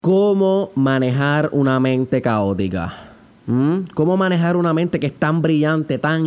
¿Cómo manejar una mente caótica? ¿Cómo manejar una mente que es tan brillante, tan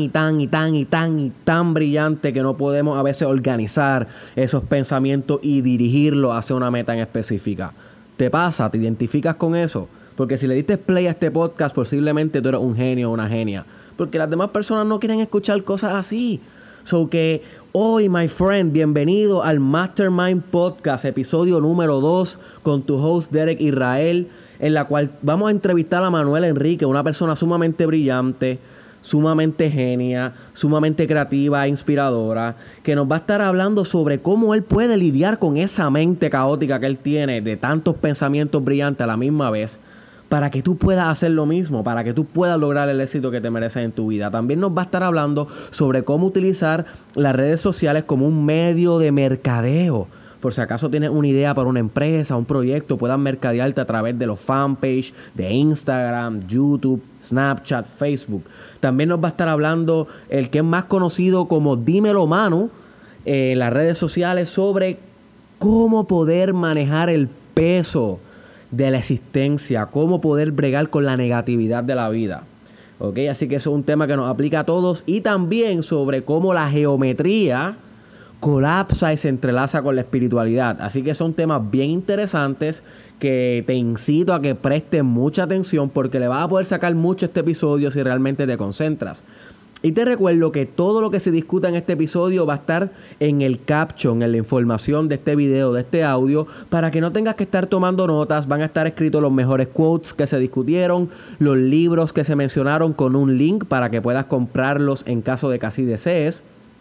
brillante que no podemos a veces organizar esos pensamientos y dirigirlos hacia una meta en específica? ¿Te pasa? ¿Te identificas con eso? Porque si le diste play a este podcast, posiblemente tú eres un genio o una genia. Porque las demás personas no quieren escuchar cosas así. So que hoy, my friend, bienvenido al Mastermind Podcast, episodio número 2, con tu host Derek Israel, en la cual vamos a entrevistar a Manuel Enrique, una persona sumamente brillante, sumamente genia, sumamente creativa e inspiradora, que nos va a estar hablando sobre cómo él puede lidiar con esa mente caótica que él tiene de tantos pensamientos brillantes a la misma vez, para que tú puedas hacer lo mismo, para que tú puedas lograr el éxito que te mereces en tu vida. También nos va a estar hablando sobre cómo utilizar las redes sociales como un medio de mercadeo. Por si acaso tienes una idea para una empresa, un proyecto, puedas mercadearte a través de los fanpage de Instagram, YouTube, Snapchat, Facebook. También nos va a estar hablando el que es más conocido como Dímelo Manu en las redes sociales sobre cómo poder manejar el peso de la existencia, cómo poder bregar con la negatividad de la vida. ¿Ok? Así que eso es un tema que nos aplica a todos. Y también sobre cómo la geometría colapsa y se entrelaza con la espiritualidad. Así que son temas bien interesantes que te incito a que prestes mucha atención porque le vas a poder sacar mucho a este episodio si realmente te concentras. Y te recuerdo que todo lo que se discuta en este episodio va a estar en el caption, en la información de este video, de este audio, para que no tengas que estar tomando notas. Van a estar escritos los mejores quotes que se discutieron, los libros que se mencionaron con un link para que puedas comprarlos en caso de que así desees.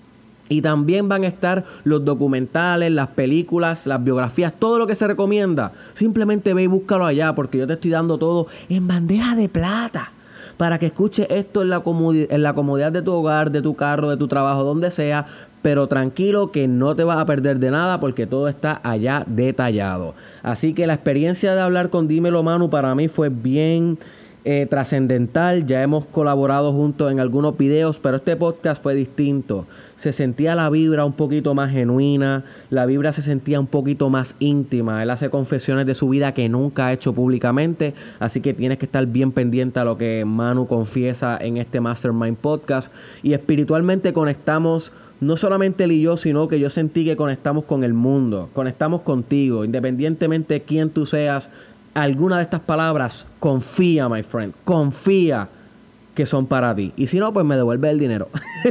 Y también van a estar los documentales, las películas, las biografías, todo lo que se recomienda. Simplemente ve y búscalo allá porque yo te estoy dando todo en bandeja de plata, para que escuches esto en la comodidad de tu hogar, de tu carro, de tu trabajo, donde sea. Pero tranquilo que no te vas a perder de nada porque todo está allá detallado. Así que la experiencia de hablar con Dímelo Manu para mí fue bien trascendental. Ya hemos colaborado juntos en algunos videos, pero este podcast fue distinto. Se sentía la vibra un poquito más genuina, la vibra se sentía un poquito más íntima. Él hace confesiones de su vida que nunca ha hecho públicamente, así que tienes que estar bien pendiente a lo que Manu confiesa en este Mastermind Podcast. Y espiritualmente conectamos, no solamente él y yo, sino que yo sentí que conectamos con el mundo, conectamos contigo, independientemente de quién tú seas. Alguna de estas palabras, confía, my friend, confía que son para ti. Y si no, pues me devuelve el dinero.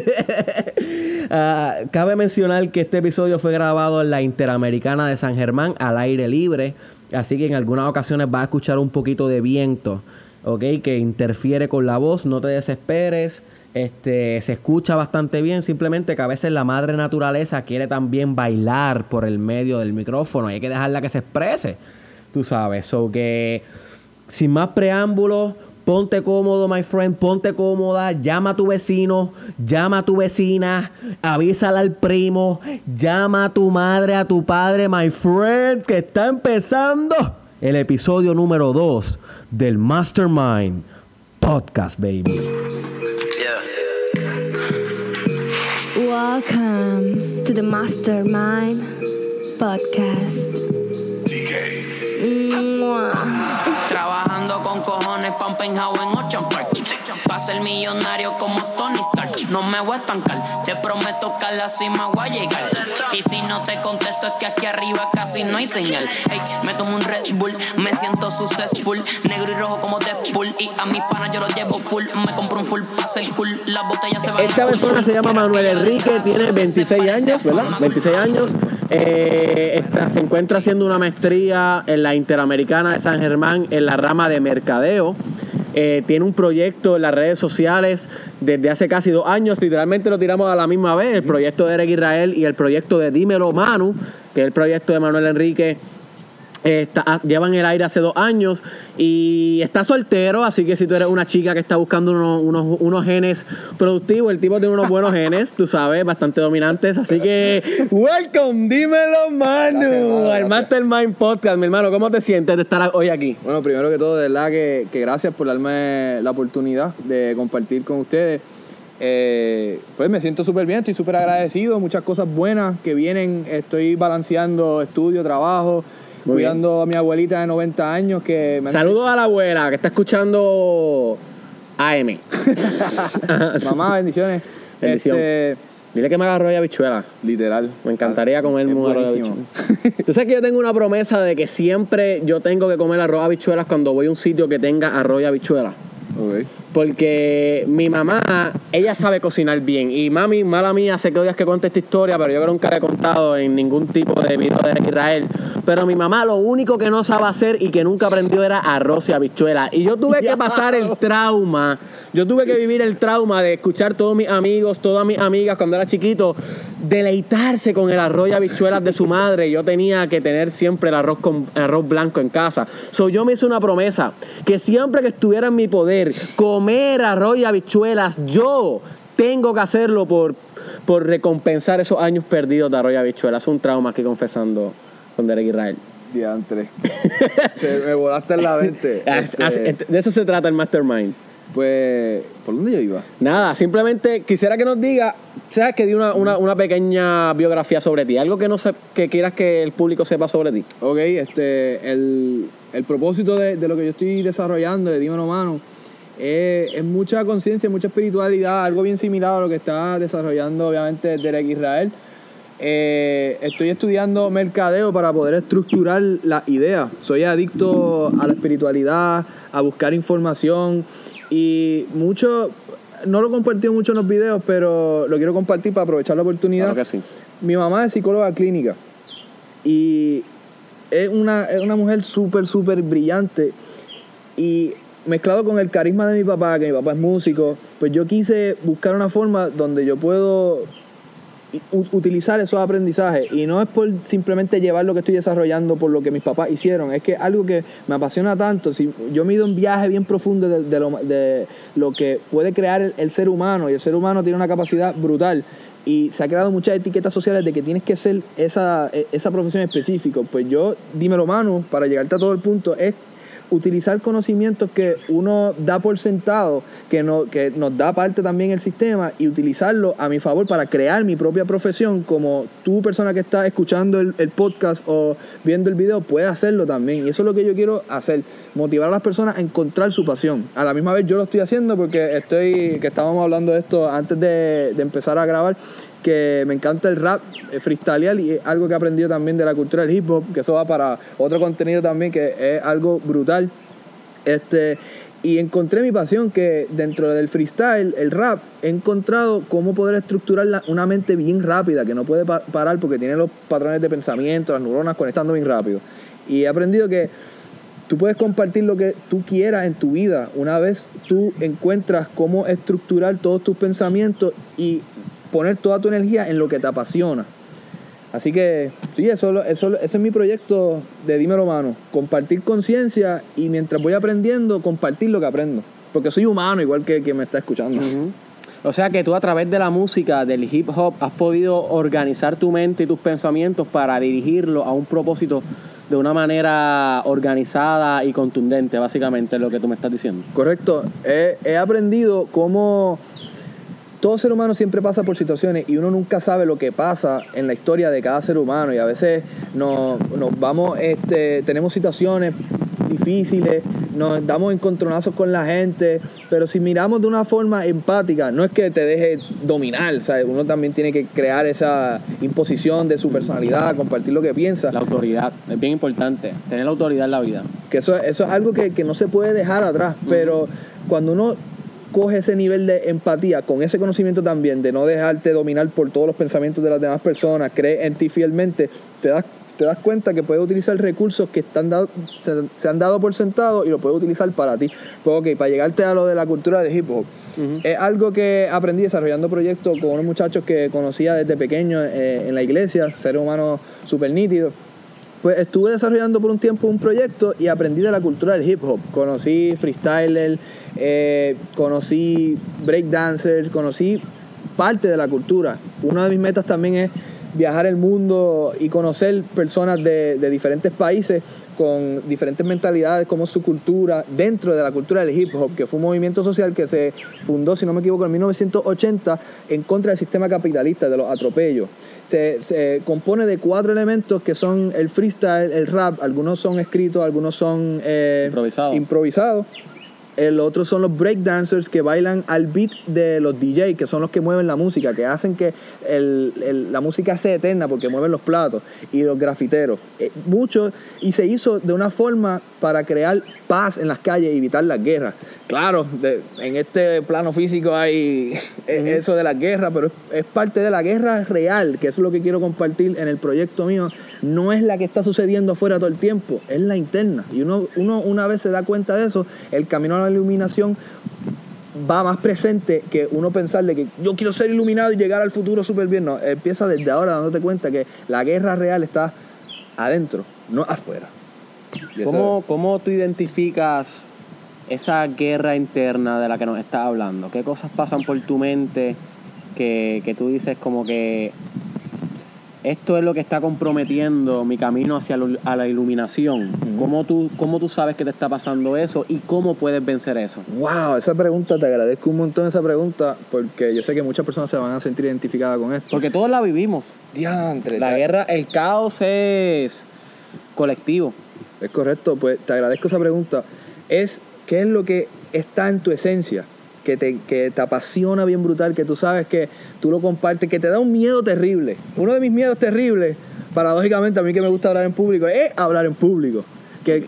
Cabe mencionar que este episodio fue grabado en la Interamericana de San Germán al aire libre. Así que en algunas ocasiones vas a escuchar un poquito de viento, ¿ok? Que interfiere con la voz. No te desesperes. Se escucha bastante bien. Simplemente que a veces la madre naturaleza quiere también bailar por el medio del micrófono. Y hay que dejarla que se exprese. Tú sabes, so que sin más preámbulos, ponte cómodo, my friend, ponte cómoda, llama a tu vecino, llama a tu vecina, avísala al primo, llama a tu madre, a tu padre, my friend, que está empezando el episodio número 2 del Mastermind Podcast, baby. Welcome to the Mastermind Podcast. Trabajando con cojones pa' un penthouse en Ocean Park. Pa' ser millonario como Tony Stark. No me voy a estancar, te prometo que a la cima voy a llegar. Y si no te contesto es que aquí arriba casi no hay señal. Hey, me tomo un Red Bull, me siento successful. Negro y rojo como Deadpool. Y a mis panas yo los llevo full. Me compro un full pa' ser cool. Las botellas se van. Esta persona se llama Manuel Enrique, tiene 26 años, ¿verdad? 26 años. Se encuentra haciendo una maestría en la Interamericana de San Germán en la rama de mercadeo. Tiene un proyecto en las redes sociales desde hace casi 2 años. Literalmente lo tiramos a la misma vez. El proyecto de Derek Israel y el proyecto de Dímelo Manu, que es el proyecto de Manuel Enrique. Lleva en el aire hace 2 años y está soltero, así que si tú eres una chica que está buscando unos genes productivos, el tipo tiene unos buenos genes, tú sabes, bastante dominantes, así que welcome, Dímelo Manu, al Mastermind Podcast. Mi hermano, ¿cómo te sientes de estar hoy aquí? Bueno, primero que todo, de verdad que gracias por darme la oportunidad de compartir con ustedes. Pues me siento súper bien, estoy súper agradecido, muchas cosas buenas que vienen, estoy balanceando estudio, trabajo cuidando a mi abuelita de 90 años que me Saludos a la abuela que está escuchando AM. Mamá, bendiciones. Bendición. Dile que me haga arroz y habichuela. Literal. Me encantaría comerme un arroz y buenísimo. habichuela. Tú sabes que yo tengo una promesa de que siempre yo tengo que comer arroz y habichuelas cuando voy a un sitio que tenga arroz y habichuela. Ok. Porque mi mamá, ella sabe cocinar bien. Y mami, mala mía, sé que odias que cuente esta historia, pero yo creo que nunca la he contado en ningún tipo de video de Israel. Pero mi mamá lo único que no sabe hacer y que nunca aprendió era arroz y habichuela. Y yo tuve que pasar el trauma. Yo tuve que vivir el trauma de escuchar todos mis amigos, todas mis amigas cuando era chiquito, deleitarse con el arroz y habichuelas de su madre. Yo tenía que tener siempre el arroz con arroz blanco en casa. Yo me hice una promesa que siempre que estuviera en mi poder comer arroz y habichuelas, yo tengo que hacerlo por recompensar esos años perdidos de arroz y habichuelas. Es un trauma aquí confesando con Derek Israel. Diantre. Me volaste en la mente. De eso se trata el Mastermind. Pues, ¿por dónde yo iba? Nada, simplemente quisiera que nos diga, sabes que di una pequeña biografía sobre ti, algo que quieras que el público sepa sobre ti. Ok, el propósito de lo que yo estoy desarrollando, de Dímelo Mano, es mucha conciencia, mucha espiritualidad, algo bien similar a lo que está desarrollando obviamente Derek Israel. Estoy estudiando mercadeo para poder estructurar las ideas. Soy adicto a la espiritualidad, a buscar información y no lo he compartido mucho en los videos, pero lo quiero compartir para aprovechar la oportunidad. Claro que sí. Mi mamá es psicóloga clínica y es una mujer súper brillante, y mezclado con el carisma de mi papá, que mi papá es músico, pues yo quise buscar una forma donde yo puedo utilizar esos aprendizajes, y no es por simplemente llevar lo que estoy desarrollando por lo que mis papás hicieron, es que algo que me apasiona tanto. Si yo me he ido un viaje bien profundo de lo que puede crear el ser humano, y el ser humano tiene una capacidad brutal, y se ha creado muchas etiquetas sociales de que tienes que ser esa profesión específica. Pues yo, Dímelo Mano, para llegarte a todo el punto, es utilizar conocimientos que uno da por sentado, que nos da parte también el sistema, y utilizarlo a mi favor para crear mi propia profesión, como tú, persona que está escuchando el podcast o viendo el video, puede hacerlo también. Y eso es lo que yo quiero hacer, motivar a las personas a encontrar su pasión. A la misma vez yo lo estoy haciendo porque que estábamos hablando de esto antes de empezar a grabar, que me encanta el rap, freestylear, y es algo que he aprendido también de la cultura del hip hop, que eso va para otro contenido también, que es algo brutal. Y encontré mi pasión, que dentro del freestyle, el rap, he encontrado cómo poder estructurar una mente bien rápida, que no puede parar porque tiene los patrones de pensamiento, las neuronas conectando bien rápido. Y he aprendido que tú puedes compartir lo que tú quieras en tu vida una vez tú encuentras cómo estructurar todos tus pensamientos y poner toda tu energía en lo que te apasiona. Así que sí, ese es mi proyecto de Dímelo Mano, compartir conciencia, y mientras voy aprendiendo, compartir lo que aprendo, porque soy humano igual que quien me está escuchando. O sea que tú, a través de la música, del hip hop, has podido organizar tu mente y tus pensamientos para dirigirlo a un propósito de una manera organizada y contundente, básicamente, es lo que tú me estás diciendo. Correcto. He aprendido cómo todo ser humano siempre pasa por situaciones, y uno nunca sabe lo que pasa en la historia de cada ser humano, y a veces nos vamos, tenemos situaciones difíciles, nos damos encontronazos con la gente, pero si miramos de una forma empática, no es que te deje dominar, ¿sabes? Uno también tiene que crear esa imposición de su personalidad, compartir lo que piensa. La autoridad, es bien importante, tener la autoridad en la vida. Que eso es algo que no se puede dejar atrás, pero cuando uno coge ese nivel de empatía, con ese conocimiento también, de no dejarte dominar por todos los pensamientos de las demás personas, crees en ti fielmente, te das cuenta que puedes utilizar recursos que se han dado por sentado, y lo puedes utilizar para ti. Pues ok, para llegarte a lo de la cultura de hip hop, es algo que aprendí desarrollando proyectos con unos muchachos que conocía desde pequeño en la iglesia, seres humanos súper nítidos. Pues estuve desarrollando por un tiempo un proyecto y aprendí de la cultura del hip hop. Conocí freestyler, conocí breakdancers, conocí parte de la cultura. Una de mis metas también es viajar el mundo y conocer personas de diferentes países con diferentes mentalidades, como su cultura, dentro de la cultura del hip hop, que fue un movimiento social que se fundó, si no me equivoco, en 1980 en contra del sistema capitalista, de los atropellos. Se compone de 4 elementos que son el freestyle, el rap, algunos son escritos, algunos son improvisados. El otro son los breakdancers que bailan al beat de los DJ, que son los que mueven la música, que hacen que la música sea eterna porque mueven los platos. Y los grafiteros. Y se hizo de una forma para crear paz en las calles y evitar las guerras. Claro, en este plano físico hay eso de la guerra, pero es parte de la guerra real, que es lo que quiero compartir en el proyecto mío. No es la que está sucediendo afuera todo el tiempo, es la interna. Y uno una vez se da cuenta de eso, el camino a la iluminación va más presente que uno pensar de que yo quiero ser iluminado y llegar al futuro súper bien. No, empieza desde ahora dándote cuenta que la guerra real está adentro, no afuera. ¿Cómo tú identificas esa guerra interna de la que nos estás hablando? ¿Qué cosas pasan por tu mente que tú dices como que esto es lo que está comprometiendo mi camino hacia a la iluminación? ¿Cómo tú sabes que te está pasando eso y cómo puedes vencer eso? Wow, esa pregunta, te agradezco un montón esa pregunta, porque yo sé que muchas personas se van a sentir identificadas con esto. Porque todos la vivimos. Diantre. La guerra, el caos es colectivo. Es correcto, pues te agradezco esa pregunta. ¿Qué es lo que está en tu esencia? Que te apasiona bien brutal, que tú sabes que tú lo compartes, que te da un miedo terrible. Uno de mis miedos terribles, paradójicamente a mí que me gusta hablar en público, es hablar en público. Que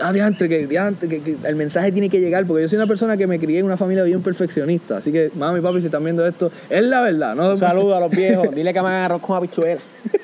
el mensaje tiene que llegar, porque yo soy una persona que me crié en una familia bien perfeccionista. Así que, mami y papi, si están viendo esto, es la verdad, ¿no? Un saludo a los viejos, dile que me hagan arroz con habichuela.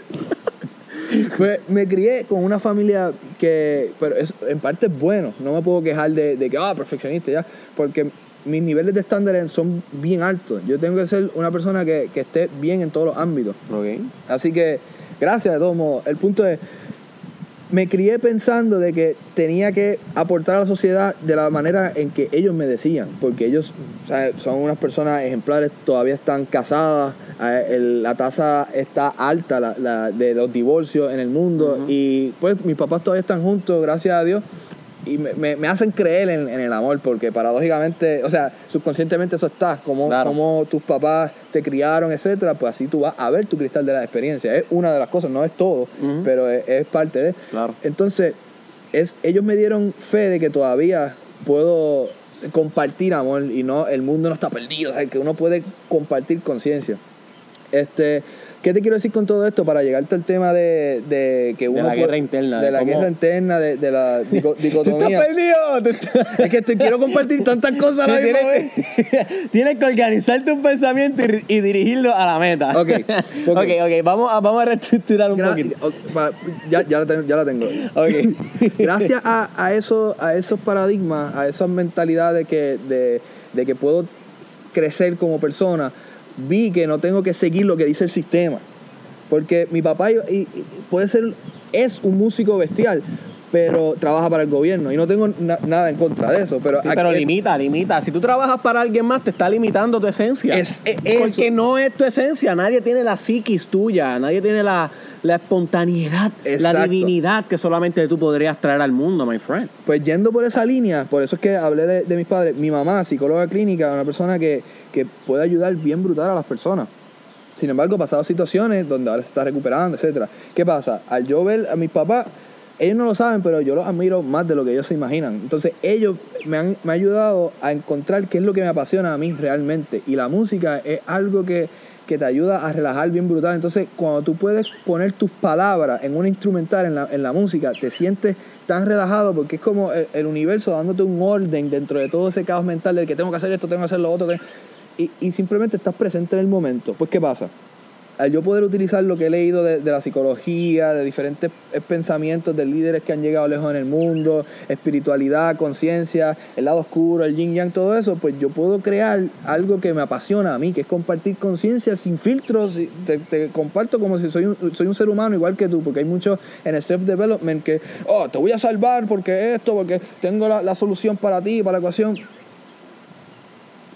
Pues me crié con una familia pero en parte es bueno, no me puedo quejar de que, perfeccionista ya, porque mis niveles de estándares son bien altos. Yo tengo que ser una persona que esté bien en todos los ámbitos. Okay. Así que, gracias de todos modos. El punto es, me crié pensando de que tenía que aportar a la sociedad de la manera en que ellos me decían, porque ellos, o sea, son unas personas ejemplares, todavía están casadas, la tasa está alta de los divorcios en el mundo, y pues mis papás todavía están juntos, gracias a Dios, y me hacen creer en el amor, porque paradójicamente, o sea, subconscientemente eso está, como tus papás te criaron, etcétera, pues así tú vas a ver tu cristal de la experiencia. Es una de las cosas, no es todo, pero es parte de. Claro. Entonces, ellos me dieron fe de que todavía puedo compartir amor y no, el mundo no está perdido, o sea, que uno puede compartir conciencia. ¿Qué te quiero decir con todo esto? Para llegarte al tema de que uno... De la guerra interna. De la guerra interna, de la dicotomía. ¡Tú estás perdido! Es que quiero compartir tantas cosas a la misma vez. Tienes que organizarte un pensamiento y dirigirlo a la meta. Ok. Vamos a reestructurar un poquito. Ya la tengo. Okay. Gracias a esos paradigmas, a esas mentalidades de que puedo crecer como persona, vi que no tengo que seguir lo que dice el sistema, porque mi papá es un músico bestial, pero trabaja para el gobierno y no tengo nada en contra de eso, pero, sí, pero limita. Si tú trabajas para alguien más, te está limitando tu esencia, porque eso. No es tu esencia. Nadie tiene la psiquis tuya, nadie tiene la espontaneidad, exacto, la divinidad que solamente tú podrías traer al mundo, my friend. Pues yendo por esa línea, por eso es que hablé de mis padres. Mi mamá, psicóloga clínica, una persona que puede ayudar bien brutal a las personas. Sin embargo, pasado situaciones donde ahora se está recuperando, etcétera. ¿Qué pasa? Al yo ver a mis papás, ellos no lo saben, pero yo los admiro más de lo que ellos se imaginan. Entonces, ellos me han ayudado a encontrar qué es lo que me apasiona a mí realmente. Y la música es algo que te ayuda a relajar bien brutal. Entonces, cuando tú puedes poner tus palabras en una instrumental, en la música, te sientes tan relajado, porque es como el universo dándote un orden dentro de todo ese caos mental del que tengo que hacer esto, tengo que hacer lo otro. Y simplemente estás presente en el momento. Pues, ¿qué pasa? Al yo poder utilizar lo que he leído de la psicología, de diferentes pensamientos de líderes que han llegado lejos en el mundo, espiritualidad, conciencia, el lado oscuro, el yin yang, todo eso, pues yo puedo crear algo que me apasiona a mí, que es compartir conciencia sin filtros. Te comparto como si soy un ser humano igual que tú, porque hay mucho en el self-development que, te voy a salvar porque tengo la solución para ti, para la ecuación.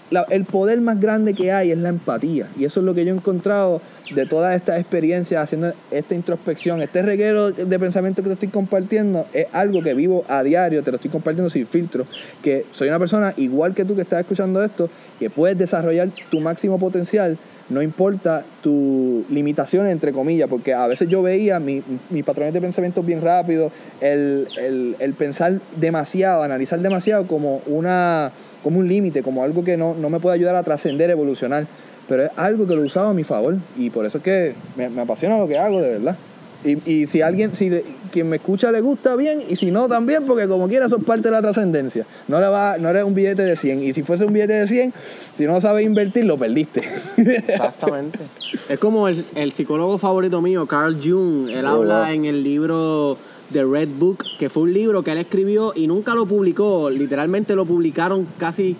el poder más grande que hay es la empatía. Y eso es lo que yo he encontrado de todas estas experiencias, haciendo esta introspección, este reguero de pensamiento que te estoy compartiendo, es algo que vivo a diario, te lo estoy compartiendo sin filtro, que soy una persona igual que tú que estás escuchando esto, que puedes desarrollar tu máximo potencial, no importa tus limitaciones, entre comillas, porque a veces yo veía mis patrones de pensamiento bien rápido, el pensar demasiado, analizar demasiado como un límite, como algo que no me puede ayudar a trascender, evolucionar. Pero es algo que lo usaba a mi favor y por eso es que me apasiona lo que hago, de verdad. Y si quien me escucha le gusta, bien, y si no, también, porque como quiera son parte de la trascendencia. No eres un billete de 100, y si fuese un billete de 100, si no sabes invertir, lo perdiste. Exactamente. Es como el psicólogo favorito mío, Carl Jung, él habla en el libro The Red Book, que fue un libro que él escribió y nunca lo publicó, literalmente lo publicaron casi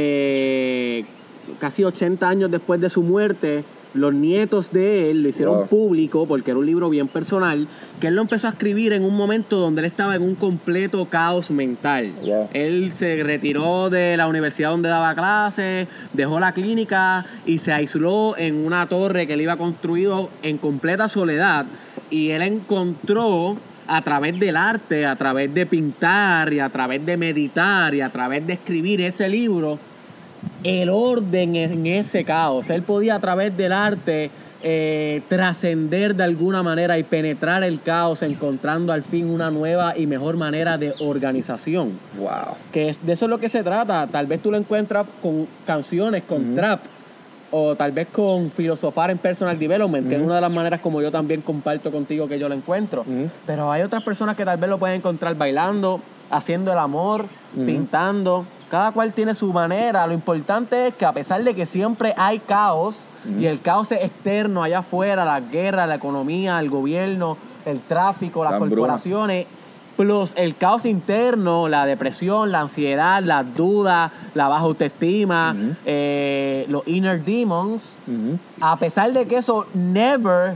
80 años después de su muerte. Los nietos de él lo hicieron público porque era un libro bien personal, que él lo empezó a escribir en un momento donde él estaba en un completo caos mental. Él se retiró de la universidad donde daba clases, dejó la clínica y se aisló en una torre que él iba construido en completa soledad, y él encontró a través del arte, a través de pintar y a través de meditar y a través de escribir ese libro, el orden en ese caos. Él podía a través del arte trascender de alguna manera y penetrar el caos, encontrando al fin una nueva y mejor manera de organización. Wow. Que de eso es lo que se trata. Tal vez tú lo encuentras con canciones, con trap, o tal vez con filosofar en personal development, que es una de las maneras como yo también comparto contigo que yo lo encuentro. Pero hay otras personas que tal vez lo pueden encontrar bailando, haciendo el amor, pintando. Cada cual tiene su manera. Lo importante es que a pesar de que siempre hay caos, y el caos es externo allá afuera, la guerra, la economía, el gobierno, el tráfico, las corporaciones, plus el caos interno, la depresión, la ansiedad, las dudas, la baja autoestima, los inner demons, a pesar de que eso never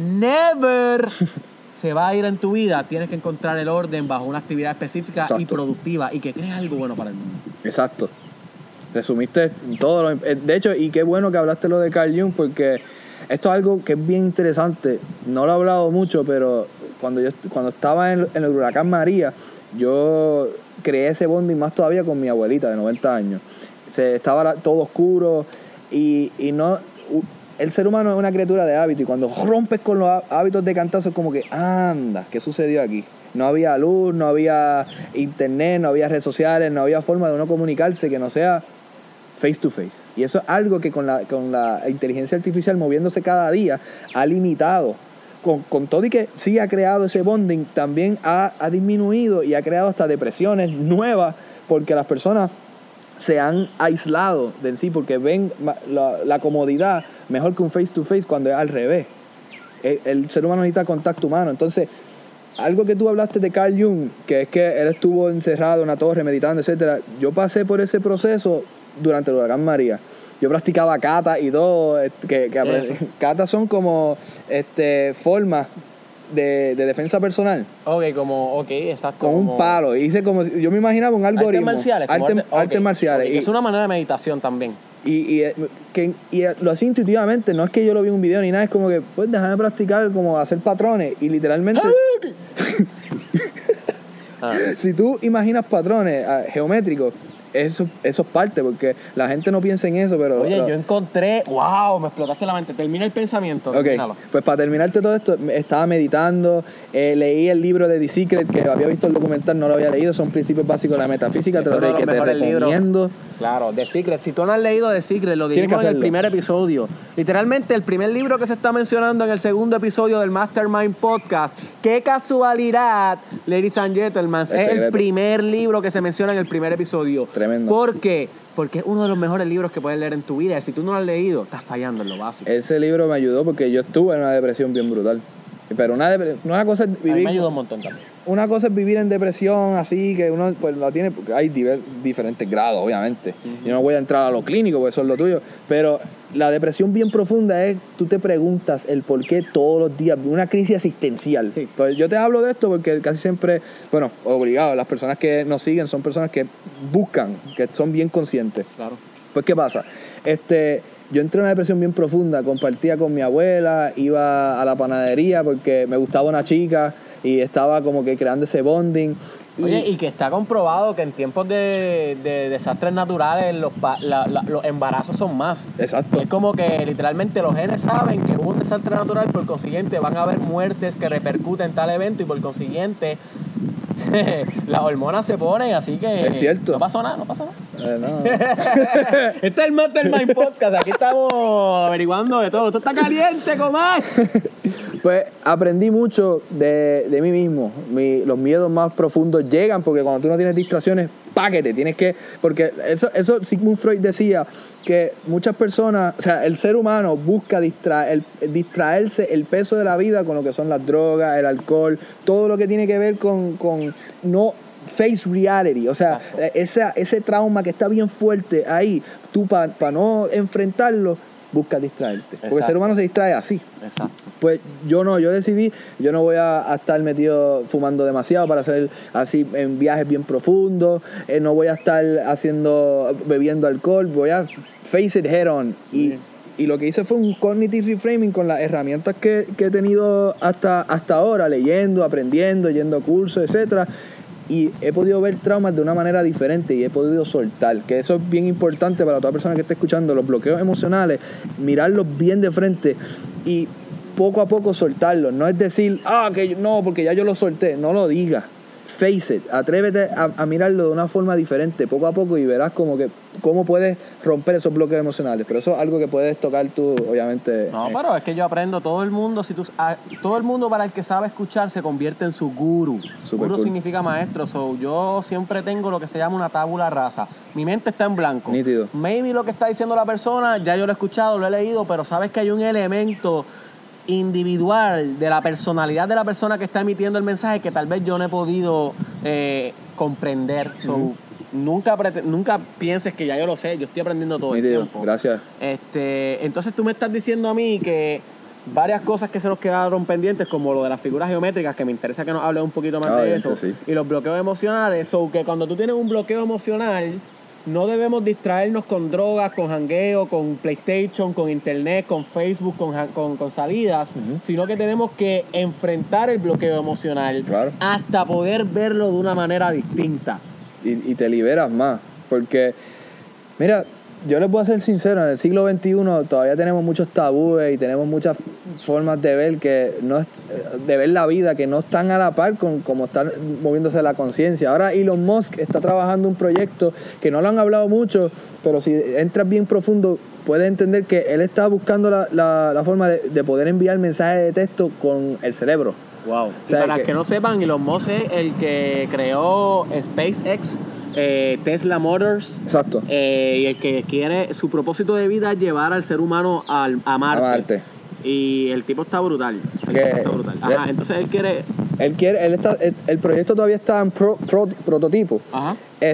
se va a ir en tu vida, tienes que encontrar el orden bajo una actividad específica y productiva y que crees algo bueno para el mundo. Exacto. Resumiste todo. De hecho, y qué bueno que hablaste lo de Carl Jung, porque esto es algo que es bien interesante. No lo he hablado mucho, pero cuando estaba en el huracán María, yo creé ese bonding más todavía con mi abuelita de 90 años. Estaba todo oscuro y no... El ser humano es una criatura de hábito, y cuando rompes con los hábitos de cantazo es como que, anda, ¿qué sucedió aquí? No había luz, no había internet, no había redes sociales, no había forma de uno comunicarse que no sea face to face. Y eso es algo que con la inteligencia artificial moviéndose cada día ha limitado. Con todo y que sí ha creado ese bonding, también ha disminuido y ha creado hasta depresiones nuevas, porque las personas se han aislado de sí, porque ven la comodidad mejor que un face to face, cuando es al revés. El ser humano necesita contacto humano. Entonces, algo que tú hablaste de Carl Jung, que es que él estuvo encerrado en una torre meditando, etcétera. Yo pasé por ese proceso durante el huracán María. Yo practicaba kata y todo, kata son como formas de defensa personal. Exacto. Con un palo. Hice como, yo me imaginaba un algoritmo. Artes marciales. Es una manera de meditación también. Y lo hacía intuitivamente, no es que yo lo vi en un video ni nada, es como que, pues déjame practicar, como hacer patrones, y literalmente si tú imaginas patrones geométricos, eso es parte, porque la gente no piensa en eso, pero... Oye, yo encontré... ¡Wow! Me explotaste la mente. Termina el pensamiento. Termínalo. Pues para terminarte todo esto, estaba meditando, leí el libro de The Secret, que había visto el documental, no lo había leído, son principios básicos de la metafísica, te recomiendo. Claro, The Secret. Si tú no has leído The Secret, lo dijimos en el primer episodio. Literalmente, el primer libro que se está mencionando en el segundo episodio del Mastermind Podcast. ¡Qué casualidad, ladies and gentlemen! Es el primer libro que se menciona en el primer episodio. Tremendo. ¿Por qué? Porque es uno de los mejores libros que puedes leer en tu vida. Y si tú no lo has leído, estás fallando en lo básico. Ese libro me ayudó porque yo estuve en una depresión bien brutal. Pero una cosa es vivir... A mí me ayudó un montón también. Una cosa es vivir en depresión, así que uno pues la tiene, porque hay diferentes grados, obviamente. Yo no voy a entrar a lo clínico, porque eso es lo tuyo. Pero la depresión bien profunda es, tú te preguntas el por qué todos los días, una crisis existencial. Sí. Pues yo te hablo de esto porque casi siempre, bueno, obligado, las personas que nos siguen son personas que buscan, que son bien conscientes. Claro. Pues, ¿qué pasa? Yo entré en una depresión bien profunda, compartía con mi abuela, iba a la panadería porque me gustaba una chica y estaba como que creando ese bonding. Oye, y que está comprobado que en tiempos de desastres naturales los embarazos son más. Exacto. Es como que literalmente los genes saben que hubo un desastre natural, por consiguiente van a haber muertes que repercuten en tal evento y por consiguiente las hormonas se ponen, así que es cierto. No pasó nada. No. Este es el Mastermind Podcast, aquí estamos averiguando de todo. Esto está caliente, comadre. Pues aprendí mucho de mí mismo. Los miedos más profundos llegan porque cuando tú no tienes distracciones, páquete, tienes que... Porque eso Sigmund Freud decía que muchas personas, o sea, el ser humano busca distraerse el peso de la vida con lo que son las drogas, el alcohol, todo lo que tiene que ver con no face reality, o sea, ese trauma que está bien fuerte ahí, tú para no enfrentarlo, busca distraerte. Exacto. Porque el ser humano se distrae así. Exacto. Pues yo decidí, yo no voy a estar metido fumando demasiado para hacer así en viajes bien profundos, no voy a estar bebiendo alcohol, voy a face it head on. Y lo que hice fue un cognitive reframing con las herramientas que he tenido hasta ahora, leyendo, aprendiendo, yendo a cursos, etcétera. Y he podido ver traumas de una manera diferente y he podido soltar, que eso es bien importante para toda persona que esté escuchando, los bloqueos emocionales, mirarlos bien de frente y poco a poco soltarlos. No es decir, que no, porque ya yo lo solté, no lo digas. Face it, atrévete a mirarlo de una forma diferente, poco a poco, y verás cómo puedes romper esos bloques emocionales. Pero eso es algo que puedes tocar tú, obviamente. No, pero es que yo aprendo, todo el mundo para el que sabe escuchar se convierte en su guru. Guru cool. Significa maestro. Yo siempre tengo lo que se llama una tabula rasa. Mi mente está en blanco. Nítido. Maybe lo que está diciendo la persona, ya yo lo he escuchado, lo he leído, pero sabes que hay un elemento individual de la personalidad de la persona que está emitiendo el mensaje que tal vez yo no he podido comprender. Nunca pienses que ya yo lo sé, yo estoy aprendiendo todo el tiempo. Gracias. Entonces tú me estás diciendo a mí que varias cosas que se nos quedaron pendientes, como lo de las figuras geométricas, que me interesa que nos hables un poquito más de eso, sí. Y los bloqueos emocionales, que cuando tú tienes un bloqueo emocional, no debemos distraernos con drogas, con jangueo, con PlayStation, con internet, con Facebook, con salidas, sino que tenemos que enfrentar el bloqueo emocional, claro, hasta poder verlo de una manera distinta. Y te liberas más, porque, mira, yo les voy a ser sincero, en el siglo XXI todavía tenemos muchos tabúes y tenemos muchas formas de ver la vida que no están a la par con cómo está moviéndose la conciencia. Ahora Elon Musk está trabajando un proyecto que no lo han hablado mucho, pero si entras bien profundo puedes entender que él está buscando la forma de poder enviar mensajes de texto con el cerebro. Wow. O sea, para los que no sepan, Elon Musk es el que creó SpaceX, Tesla Motors. Exacto. Y el que quiere, su propósito de vida es llevar al ser humano a Marte. Y el tipo está brutal. Ajá, entonces él quiere... El proyecto todavía está en prototipo. Ajá.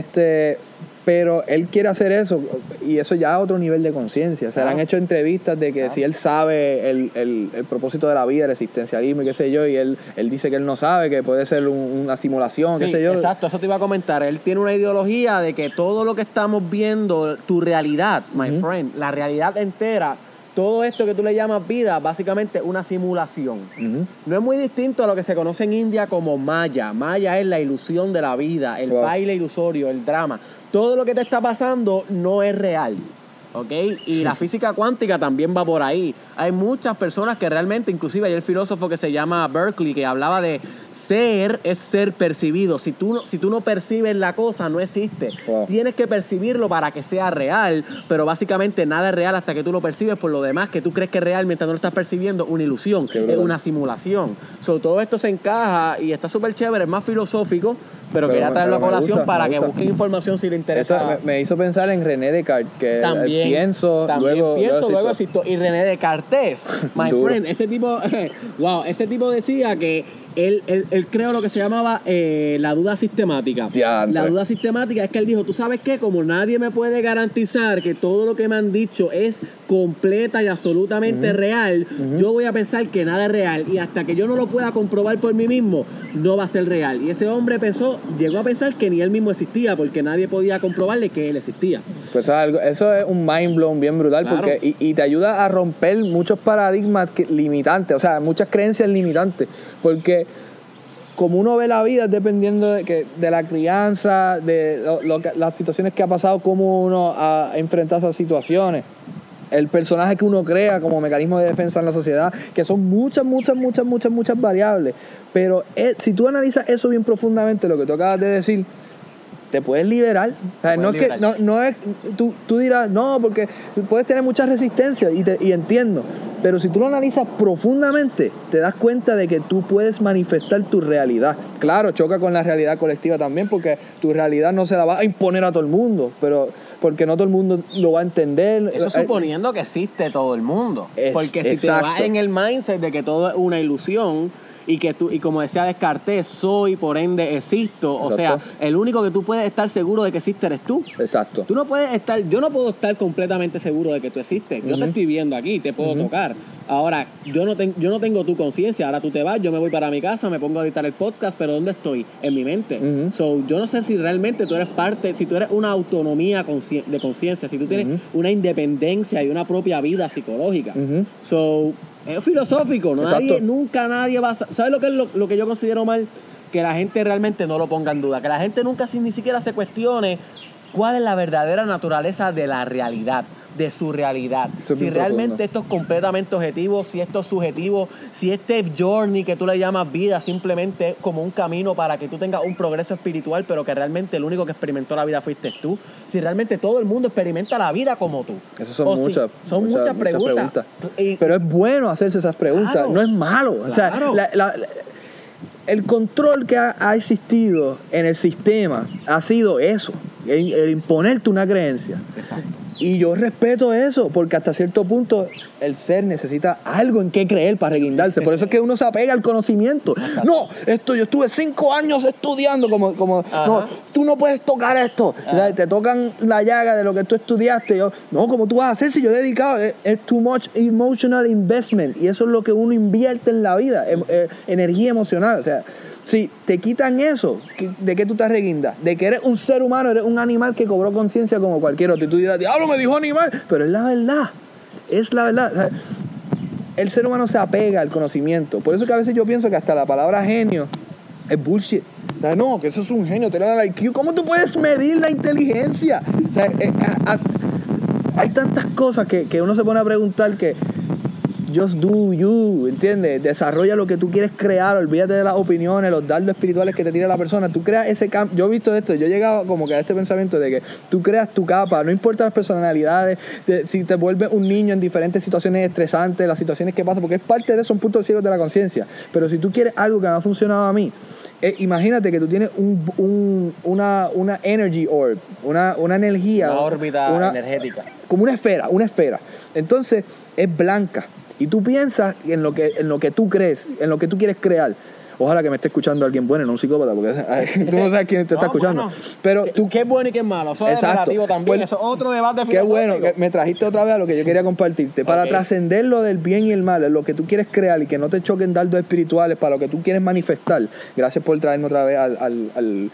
Pero él quiere hacer eso, y eso ya a otro nivel de conciencia. O sea, le han hecho entrevistas de que si él sabe el propósito de la vida, el existencialismo y qué sé yo, y él dice que él no sabe, que puede ser una simulación, sí, qué sé yo. Exacto, eso te iba a comentar. Él tiene una ideología de que todo lo que estamos viendo, tu realidad, my friend, la realidad entera, todo esto que tú le llamas vida, básicamente una simulación. No es muy distinto a lo que se conoce en India como Maya. Maya es la ilusión de la vida, el baile ilusorio, el drama. Todo lo que te está pasando no es real, ¿ok? Y la física cuántica también va por ahí. Hay muchas personas que realmente, inclusive hay el filósofo que se llama Berkeley, que hablaba de ser es ser percibido. Si tú no percibes la cosa, no existe. Wow. Tienes que percibirlo para que sea real, pero básicamente nada es real hasta que tú lo percibes. Por lo demás, que tú crees que es real mientras no lo estás percibiendo, una ilusión, es una simulación. Todo esto se encaja y está súper chévere, es más filosófico, pero quería traerlo a colación para que busquen información si le interesa. Eso me hizo pensar en René Descartes, que también pienso, luego existo. Y René Descartes, my friend, ese tipo decía que Él creó lo que se llamaba la duda sistemática. Diantre. La duda sistemática es que él dijo, tú sabes qué, como nadie me puede garantizar que todo lo que me han dicho es completa y absolutamente real, yo voy a pensar que nada es real y hasta que yo no lo pueda comprobar por mí mismo, no va a ser real. Y ese hombre llegó a pensar que ni él mismo existía porque nadie podía comprobarle que él existía. Pues eso es un mind blown bien brutal, Claro. porque y te ayuda a romper muchos paradigmas limitantes, o sea, muchas creencias limitantes, porque como uno ve la vida es dependiendo de la crianza, de las situaciones que ha pasado, cómo uno ha enfrentado esas situaciones, el personaje que uno crea como mecanismo de defensa en la sociedad, que son muchas variables, pero si tú analizas eso bien profundamente, lo que tú acabas de decir, te puedes liberar. O sea, no es que no es tú dirás, no, porque puedes tener mucha resistencia y entiendo, pero si tú lo analizas profundamente, te das cuenta de que tú puedes manifestar tu realidad. Claro, choca con la realidad colectiva también, porque tu realidad no se la va a imponer a todo el mundo, pero porque no todo el mundo lo va a entender. Eso suponiendo que existe todo el mundo. Porque si te vas en el mindset de que todo es una ilusión y que tú, y como decía Descartes, soy, por ende existo. O Exacto. sea, el único que tú puedes estar seguro de que existe eres tú. Exacto. Tú no puedes yo no puedo estar completamente seguro de que tú existes. Yo te estoy viendo aquí, te puedo tocar. Ahora, yo no tengo tu conciencia. Ahora tú te vas, yo me voy para mi casa, me pongo a editar el podcast, pero ¿dónde estoy? En mi mente. So, yo no sé si realmente tú eres si tú eres una autonomía de conciencia, si tú tienes una independencia y una propia vida psicológica. So, es filosófico, nunca nadie va a... ¿Sabes lo que es lo que yo considero mal? Que la gente realmente no lo ponga en duda, que la gente nunca ni siquiera se cuestione cuál es la verdadera naturaleza de la realidad, de su realidad. Si realmente esto es completamente objetivo, si esto es subjetivo, si este journey que tú le llamas vida simplemente es como un camino para que tú tengas un progreso espiritual, pero que realmente el único que experimentó la vida fuiste tú. Si realmente todo el mundo experimenta la vida como tú. Esas son muchas preguntas. Pero es bueno hacerse esas preguntas, Claro, no es malo. Claro. O sea, el control que ha existido en el sistema ha sido eso, el imponerte una creencia. Exacto. Y yo respeto eso, porque hasta cierto punto el ser necesita algo en qué creer para reguindarse. Por eso es que uno se apega al conocimiento. No, yo estuve 5 años estudiando, como no, tú no puedes tocar esto. O sea, te tocan la llaga de lo que tú estudiaste. No, ¿cómo tú vas a hacer si yo he dedicado? Es too much emotional investment. Y eso es lo que uno invierte en la vida, energía emocional. O sea, si te quitan eso, ¿de qué tú te reguindas? De que eres un ser humano, eres un animal que cobró conciencia como cualquier otro. Y tú dirás, diablo, me dijo animal. Pero es la verdad. Es la verdad. O sea, el ser humano se apega al conocimiento. Por eso que a veces yo pienso que hasta la palabra genio es bullshit. O sea, no, que eso es un genio, te da la IQ. ¿Cómo tú puedes medir la inteligencia? O sea, hay tantas cosas que uno se pone a preguntar que just do you, ¿entiendes? Desarrolla lo que tú quieres crear, olvídate de las opiniones, los dardos espirituales que te tira la persona. Tú creas ese cambio. Yo he visto esto, yo he llegado como que a este pensamiento de que tú creas tu capa, no importa las personalidades, si te vuelves un niño en diferentes situaciones estresantes, las situaciones que pasan, porque es parte de eso, un punto ciego de la conciencia. Pero si tú quieres algo que me ha funcionado a mí, imagínate que tú tienes una energy orb, una energía, una órbita energética, como una esfera. Entonces es blanca. Y tú piensas en lo que tú crees, en lo que tú quieres crear. Ojalá que me esté escuchando alguien bueno, no un psicópata, porque tú no sabes quién te está escuchando. Bueno, pero qué es bueno y qué es malo. Eso es relativo también. Eso es otro debate filosófico. Qué bueno, que me trajiste otra vez a lo que yo quería compartirte. Para trascender lo del bien y el mal, lo que tú quieres crear y que no te choquen dardos espirituales para lo que tú quieres manifestar. Gracias por traerme otra vez al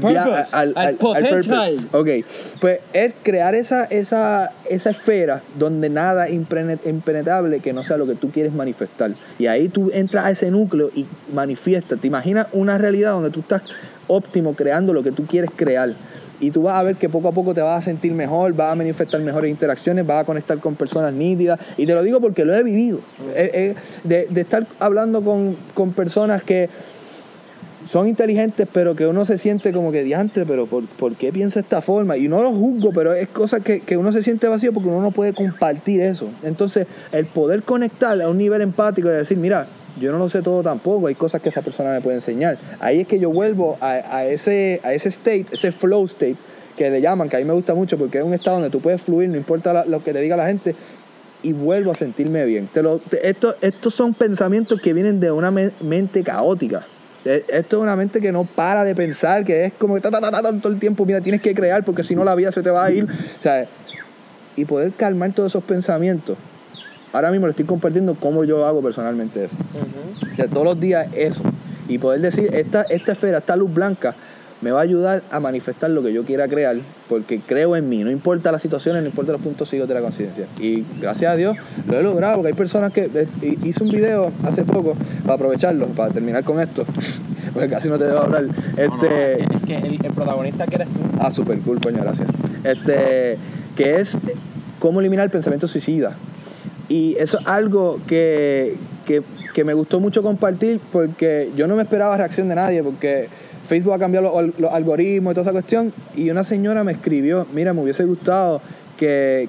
purpose. Ok, pues es crear esa esfera donde nada impenetrable que no sea lo que tú quieres manifestar. Y ahí tú entras a ese núcleo y manifiestas. Te imaginas una realidad donde tú estás óptimo creando lo que tú quieres crear. Y tú vas a ver que poco a poco te vas a sentir mejor, vas a manifestar mejores interacciones, vas a conectar con personas nítidas. Y te lo digo porque lo he vivido. De estar hablando con personas que son inteligentes, pero que uno se siente como que diantre, pero ¿por qué piensa de esta forma? Y no lo juzgo, pero es cosa que uno se siente vacío porque uno no puede compartir eso. Entonces, el poder conectar a un nivel empático y decir, mira, yo no lo sé todo tampoco, hay cosas que esa persona me puede enseñar. Ahí es que yo vuelvo a ese state, ese flow state, que le llaman, que a mí me gusta mucho porque es un estado donde tú puedes fluir, no importa lo que te diga la gente, y vuelvo a sentirme bien. Estos son pensamientos que vienen de una mente caótica. Esto es una mente que no para de pensar, que es como que todo el tiempo, mira, tienes que crear porque si no la vida se te va a ir. O sea, y poder calmar todos esos pensamientos. Ahora mismo le estoy compartiendo cómo yo hago personalmente eso. De todos los días eso. Y poder decir, esta esfera, esta luz blanca, me va a ayudar a manifestar lo que yo quiera crear, porque creo en mí, no importa las situaciones, no importa los puntos ciegos de la conciencia. Y gracias a Dios lo he logrado, porque hay personas que... hice un video hace poco, para aprovecharlo, para terminar con esto, porque casi no te debo hablar. Es que el protagonista que eres tú. Ah, súper cool, coño, gracias. Que es cómo eliminar el pensamiento suicida. Y eso es algo que me gustó mucho compartir, porque yo no me esperaba reacción de nadie, porque Facebook ha cambiado los algoritmos y toda esa cuestión, y una señora me escribió, mira, me hubiese gustado que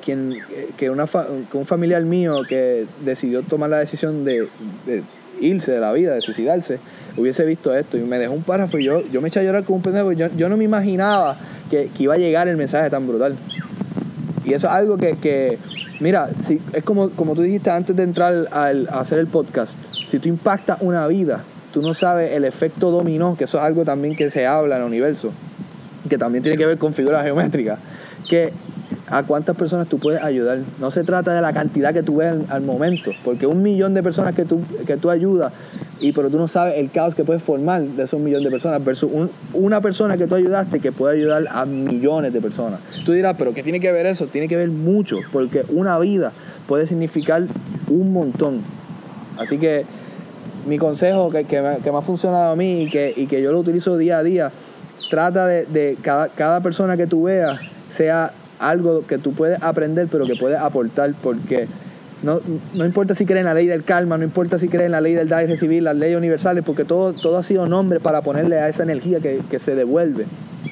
un familiar mío que decidió tomar la decisión de irse de la vida, de suicidarse, hubiese visto esto, y me dejó un párrafo y yo me eché a llorar como un pendejo. Yo no me imaginaba que iba a llegar el mensaje tan brutal. Y eso es algo que mira, es como tú dijiste antes de entrar a hacer el podcast, si tú impactas una vida, tú no sabes el efecto dominó, que eso es algo también que se habla en el universo, que también tiene que ver con figuras geométricas, que a cuántas personas tú puedes ayudar. No se trata de la cantidad que tú ves al momento, porque 1 millón de personas que tú ayudas, pero tú no sabes el caos que puedes formar de esos 1 millón de personas versus una persona que tú ayudaste que puede ayudar a millones de personas. Tú dirás, ¿pero qué tiene que ver eso? Tiene que ver mucho, porque una vida puede significar un montón. Así que mi consejo que me ha funcionado a mí y que yo lo utilizo día a día, trata de cada persona que tú veas sea algo que tú puedes aprender, pero que puedes aportar, porque no importa si crees en la ley del karma, no importa si crees en la ley del dar y recibir, las leyes universales, porque todo ha sido nombre para ponerle a esa energía que se devuelve.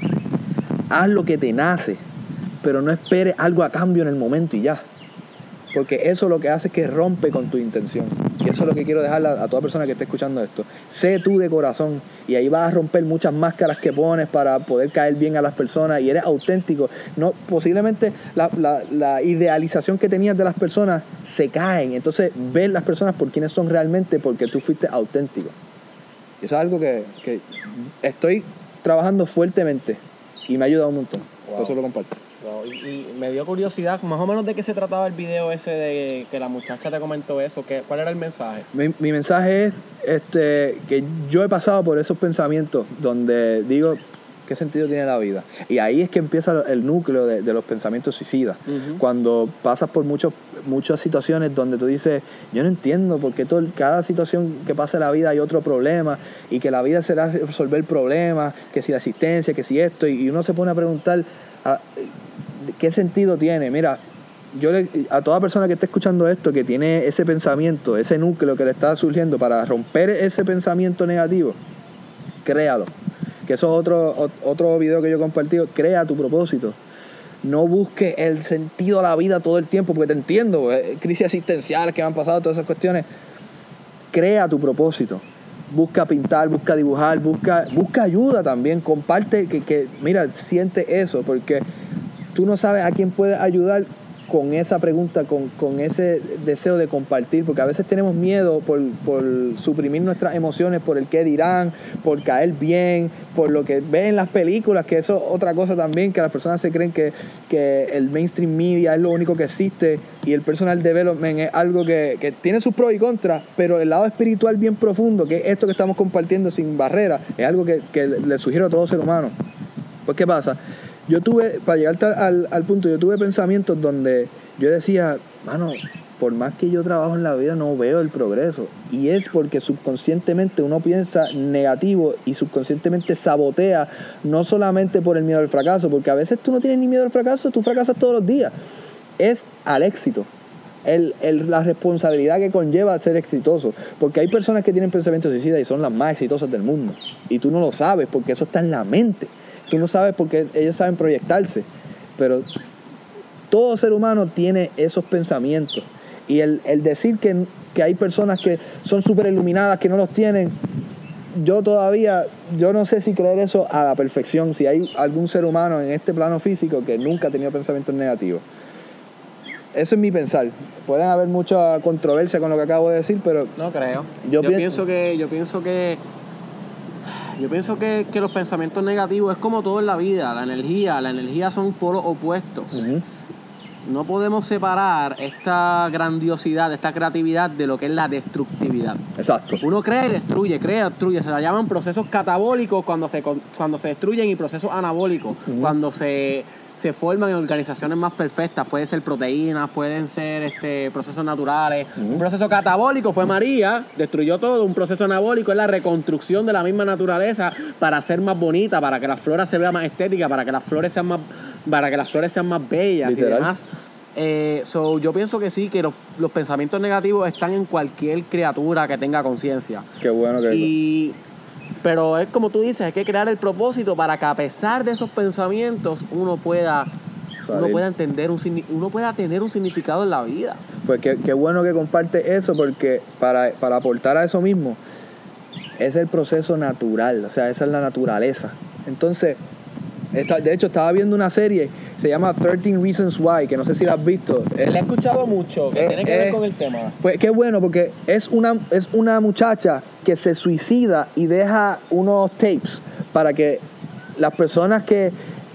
Haz lo que te nace, pero no esperes algo a cambio en el momento y ya. Porque eso lo que hace es que rompe con tu intención. Y eso es lo que quiero dejar a toda persona que esté escuchando esto. Sé tú de corazón, y ahí vas a romper muchas máscaras que pones para poder caer bien a las personas, y eres auténtico. No, posiblemente la idealización que tenías de las personas se caen. Entonces ves las personas por quienes son realmente, porque tú fuiste auténtico. Eso es algo que estoy trabajando fuertemente y me ha ayudado un montón. Wow. Por eso lo comparto. Y me dio curiosidad, más o menos, de qué se trataba el video ese de que la muchacha te comentó eso. ¿Cuál era el mensaje? Mi mensaje es que yo he pasado por esos pensamientos donde digo, ¿qué sentido tiene la vida? Y ahí es que empieza el núcleo de los pensamientos suicidas. Uh-huh. Cuando pasas por muchas situaciones donde tú dices, yo no entiendo por qué cada situación que pasa en la vida hay otro problema, y que la vida será resolver problemas, que si la existencia, que si esto, y uno se pone a preguntar, ¿qué sentido tiene? Mira, a toda persona que esté escuchando esto, que tiene ese pensamiento, ese núcleo que le está surgiendo, para romper ese pensamiento negativo, créalo. Que eso es otro video que yo he compartido. Crea tu propósito. No busques el sentido a la vida todo el tiempo, porque te entiendo, crisis existenciales que me han pasado, todas esas cuestiones. Crea tu propósito. Busca pintar, busca dibujar, busca ayuda también. Comparte, mira, siente eso, porque tú no sabes a quién puedes ayudar con esa pregunta, con ese deseo de compartir, porque a veces tenemos miedo por suprimir nuestras emociones, por el qué dirán, por caer bien, por lo que ven en las películas, que eso es otra cosa también, que las personas se creen que el mainstream media es lo único que existe, y el personal development es algo que tiene sus pros y contras, pero el lado espiritual bien profundo, que es esto que estamos compartiendo sin barreras, es algo que le sugiero a todo ser humano. Pues, ¿qué pasa? Yo tuve, para llegar al punto, yo tuve pensamientos donde yo decía, mano, por más que yo trabajo en la vida, no veo el progreso. Y es porque subconscientemente uno piensa negativo y subconscientemente sabotea, no solamente por el miedo al fracaso, porque a veces tú no tienes ni miedo al fracaso, tú fracasas todos los días. Es al éxito. La responsabilidad que conlleva ser exitoso. Porque hay personas que tienen pensamientos suicidas y son las más exitosas del mundo. Y tú no lo sabes porque eso está en la mente. Tú no sabes porque ellos saben proyectarse, pero todo ser humano tiene esos pensamientos. Y el decir que hay personas que son súper iluminadas, que no los tienen, yo no sé si creer eso a la perfección, si hay algún ser humano en este plano físico que nunca ha tenido pensamientos negativos. eso es mi pensar. Pueden haber mucha controversia con lo que acabo de decir, pero no creo. Yo pienso que los pensamientos negativos es como todo en la vida, la energía son polos opuestos. Uh-huh. No podemos separar esta grandiosidad, esta creatividad de lo que es la destructividad. Exacto. Uno crea y destruye. Se la llaman procesos catabólicos cuando se destruyen y procesos anabólicos Uh-huh. cuando se forman en organizaciones más perfectas. Pueden ser proteínas, pueden ser procesos naturales. Uh-huh. Un proceso catabólico fue María, destruyó todo. Un proceso anabólico es la reconstrucción de la misma naturaleza para ser más bonita, para que la flora se vea más estética, para que las flores sean más bellas. Literal. Y demás. Yo pienso que sí, que los pensamientos negativos están en cualquier criatura que tenga conciencia. Qué bueno que Pero es como tú dices, hay que crear el propósito para que a pesar de esos pensamientos uno pueda entender uno pueda tener un significado en la vida. Pues qué bueno que comparte eso, porque para aportar a eso mismo es el proceso natural, o sea, esa es la naturaleza. Entonces, de hecho estaba viendo una serie, se llama 13 Reasons Why, que no sé si la has visto. La he escuchado mucho, que tiene que ver con el tema. Pues qué bueno, porque es una muchacha que se suicida y deja unos tapes para que las personas que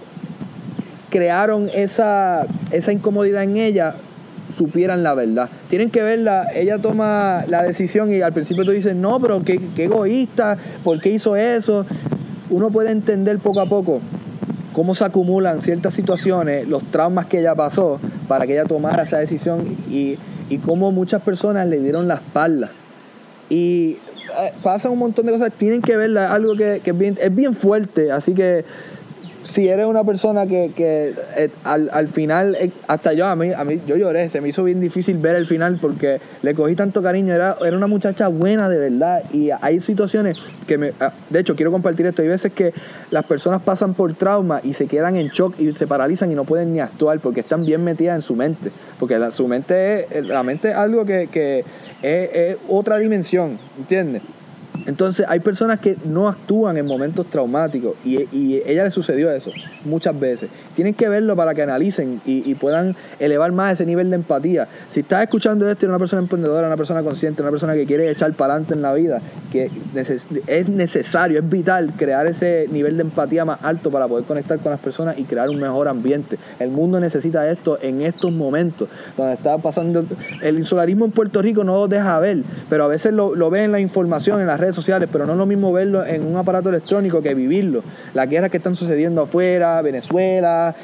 crearon esa incomodidad en ella supieran la verdad. Tienen que verla. Ella toma la decisión y al principio tú dices, no, pero qué egoísta, ¿por qué hizo eso? Uno puede entender poco a poco cómo se acumulan ciertas situaciones, los traumas que ella pasó para que ella tomara esa decisión y cómo muchas personas le dieron la espalda. Y pasan un montón de cosas, tienen que verla, algo que es bien fuerte, así que si eres una persona que al final, hasta yo, a mí yo lloré, se me hizo bien difícil ver el final porque le cogí tanto cariño, era una muchacha buena de verdad, y hay situaciones que de hecho quiero compartir esto, hay veces que las personas pasan por trauma y se quedan en shock y se paralizan y no pueden ni actuar porque están bien metidas en su mente, porque la mente es algo que es otra dimensión, ¿entiendes? Entonces hay personas que no actúan en momentos traumáticos y a ella le sucedió eso muchas veces. Tienen que verlo para que analicen y puedan elevar más ese nivel de empatía. Si estás escuchando esto y eres una persona emprendedora, una persona consciente, una persona que quiere echar para adelante en la vida, que es necesario, es vital crear ese nivel de empatía más alto para poder conectar con las personas y crear un mejor ambiente. El mundo necesita esto en estos momentos donde está pasando el insularismo en Puerto Rico, no lo deja ver, pero a veces lo ven en la información, en las redes sociales, pero no es lo mismo verlo en un aparato electrónico que vivirlo. Las guerras que están sucediendo afuera, Venezuela,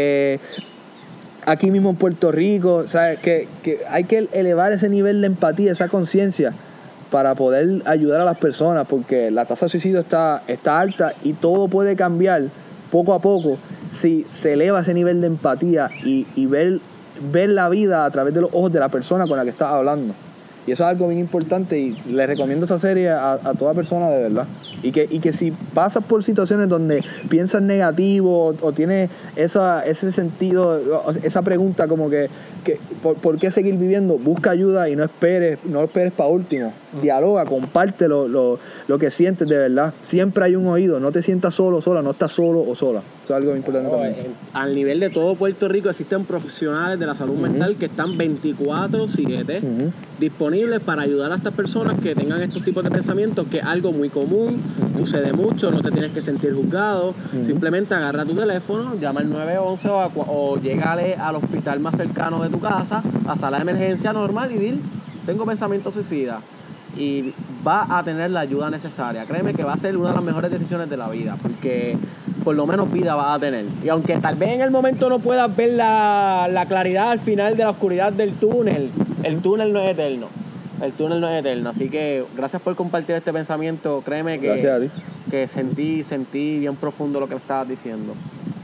aquí mismo en Puerto Rico, o sea, que hay que elevar ese nivel de empatía, esa conciencia para poder ayudar a las personas, porque la tasa de suicidio está alta y todo puede cambiar poco a poco si se eleva ese nivel de empatía y ver la vida a través de los ojos de la persona con la que estás hablando. Y eso es algo bien importante y les recomiendo esa serie a toda persona de verdad. Y que si pasas por situaciones donde piensas negativo o tienes ese sentido, esa pregunta como que ¿por qué seguir viviendo? Busca ayuda y no esperes para último. Dialoga, comparte lo que sientes de verdad. Siempre hay un oído, no te sientas solo, sola, no estás solo o sola. Eso es algo importante también. Al nivel de todo Puerto Rico existen profesionales de la salud mental que están 24/7 disponibles para ayudar a estas personas que tengan estos tipos de pensamientos, que es algo muy común, sucede mucho, no te tienes que sentir juzgado, simplemente agarra tu teléfono, llama al 911 o llégale al hospital más cercano de tu casa, a sala de emergencia normal y dile, tengo pensamientos suicidas, y va a tener la ayuda necesaria. Créeme que va a ser una de las mejores decisiones de la vida, porque por lo menos vida vas a tener. Y aunque tal vez en el momento no puedas ver la claridad al final de la oscuridad del túnel, el túnel no es eterno. El túnel no es eterno. Así que gracias por compartir este pensamiento. Créeme que sentí bien profundo lo que me estabas diciendo.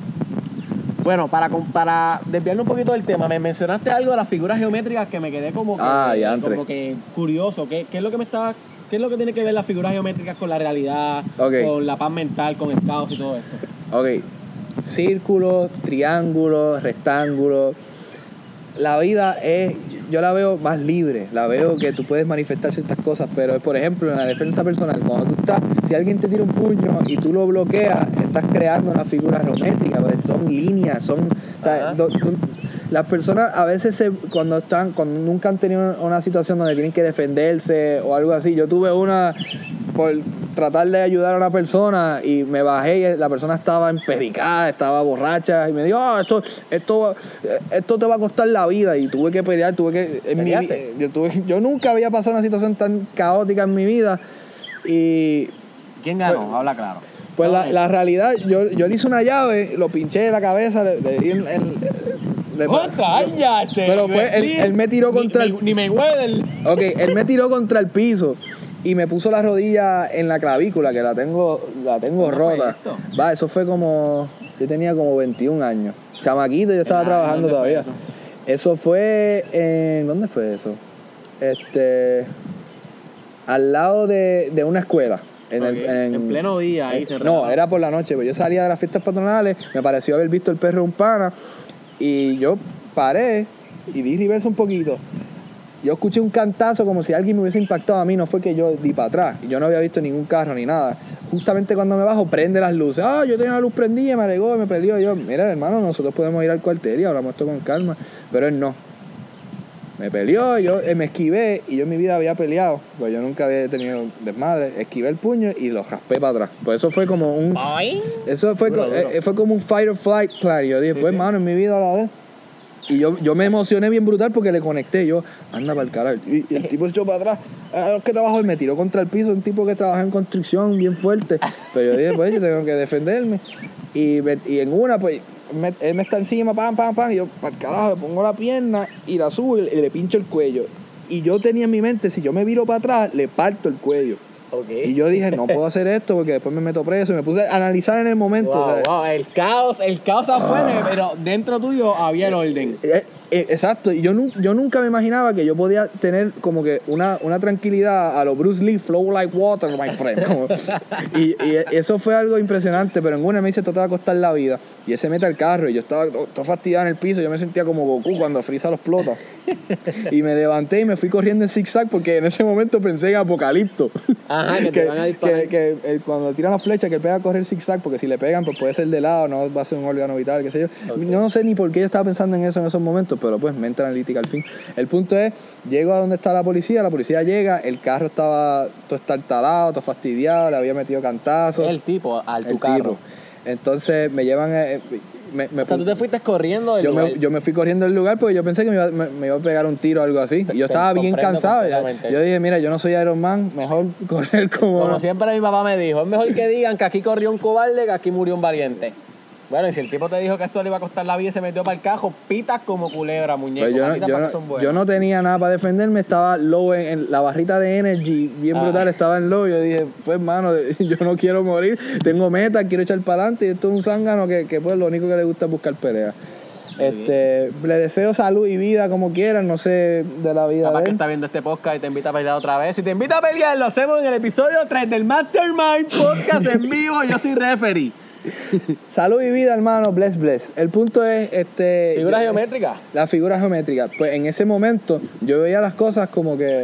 Bueno, para desviarnos un poquito del tema, me mencionaste algo de las figuras geométricas que me quedé como que curioso. ¿Qué es lo que tiene que ver las figuras geométricas con la realidad, con la paz mental, con el caos y todo esto? Ok. Círculos, triángulos, rectángulos. La vida yo la veo más libre, la veo que tú puedes manifestar ciertas cosas, pero por ejemplo en la defensa personal, cuando si alguien te tira un puño y tú lo bloqueas, estás creando una figura geométrica, son líneas, las personas a veces cuando nunca han tenido una situación donde tienen que defenderse o algo así. Yo tuve una por tratar de ayudar a una persona y me bajé y la persona estaba empericada, estaba borracha y me dijo, esto te va a costar la vida, y tuve que pelear, yo nunca había pasado una situación tan caótica en mi vida. Y ¿quién ganó? Habla claro. Pues la realidad, yo le hice una llave, lo pinché en la cabeza, le di ¡cállate! Pero él me tiró contra Ni me huele. Ok, él me tiró contra el piso y me puso la rodilla en la clavícula, que la tengo rota. Va, eso fue como... Yo tenía como 21 años. Chamaquito, yo estaba trabajando todavía. Eso fue en... ¿Dónde fue eso? Al lado de una escuela. En pleno día, ahí cerrado. No, era por la noche, pues yo salía de las fiestas patronales, me pareció haber visto el perro de un pana, y yo paré y di reversa un poquito. Yo escuché un cantazo como si alguien me hubiese impactado a mí, no fue que yo di para atrás, y yo no había visto ningún carro ni nada. Justamente cuando me bajo, prende las luces. Yo tenía la luz prendida, me alegó, me peleó. Yo, mira, hermano, nosotros podemos ir al cuartel y hablamos esto con calma. Pero él no. Me peleó, yo me esquivé, y yo en mi vida había peleado, pues yo nunca había tenido desmadre. Esquivé el puño y lo raspé para atrás. Pues eso fue como un... Eso fue como un fight or flight plan. Y yo dije, pues hermano, en mi vida la vez. Y yo me emocioné bien brutal porque le conecté. Yo, anda para el carajo. Y el tipo echó para atrás. ¿Qué trabajo? Y me tiró contra el piso. Un tipo que trabaja en construcción bien fuerte. Pero yo dije, pues yo tengo que defenderme. Y en una, pues... él me está encima, pam, y yo, para el carajo, le pongo la pierna y la subo y le pincho el cuello. Y yo tenía en mi mente, si yo me viro para atrás, le parto el cuello. Okay. Y yo dije, no puedo hacer esto porque después me meto preso. Y me puse a analizar en el momento. Wow, el caos afuera, pero dentro tuyo había el orden. Exacto, y yo nunca me imaginaba que yo podía tener como que una tranquilidad a lo Bruce Lee, flow like water, my friend. Y eso fue algo impresionante, pero en una me dice, esto te va a costar la vida. Y él se mete al carro y yo estaba todo fastidiado en el piso, yo me sentía como Goku cuando Frieza lo explota. Y me levanté y me fui corriendo en zigzag porque en ese momento pensé en Apocalipto. Ajá, que te van a disparar. Que cuando tiran la flecha, que él pega a correr zigzag, porque si le pegan, pues puede ser de lado, no va a ser un órgano vital, qué sé yo. Okay. Yo no sé ni por qué yo estaba pensando en eso en esos momentos, pero pues mente analítica al fin. El punto es, llego a donde está la policía llega, el carro estaba todo estartalado, todo fastidiado, le había metido cantazos. El tipo, tu carro. Tipo. Entonces me llevan... o sea, tú te fuiste corriendo del lugar. Yo me fui corriendo del lugar porque yo pensé que me iba a pegar un tiro o algo así. Y yo estaba bien cansado. Yo dije, mira, yo no soy Iron Man, mejor correr como siempre mi papá me dijo, es mejor que digan que aquí corrió un cobarde que aquí murió un valiente. Bueno, y si el tipo te dijo que esto le iba a costar la vida y se metió para el cajo, pitas como culebra, muñeco. Yo no tenía nada para defenderme, estaba low en la barrita de energy, bien brutal, estaba en low. Yo dije, pues, mano, yo no quiero morir, tengo metas, quiero echar para adelante. Y esto es un zángano que pues lo único que le gusta es buscar pelea. Le deseo salud y vida como quieran, no sé de la vida capaz de él. Que está viendo este podcast y te invita a pelear otra vez. Si te invita a pelear, lo hacemos en el episodio 3 del Mastermind Podcast en vivo. Yo soy referee. Salud y vida, hermano, bless. El punto es figura geométrica. La figura geométrica. Pues en ese momento yo veía las cosas como que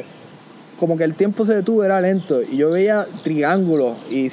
el tiempo se detuvo, era lento, y yo veía triángulos y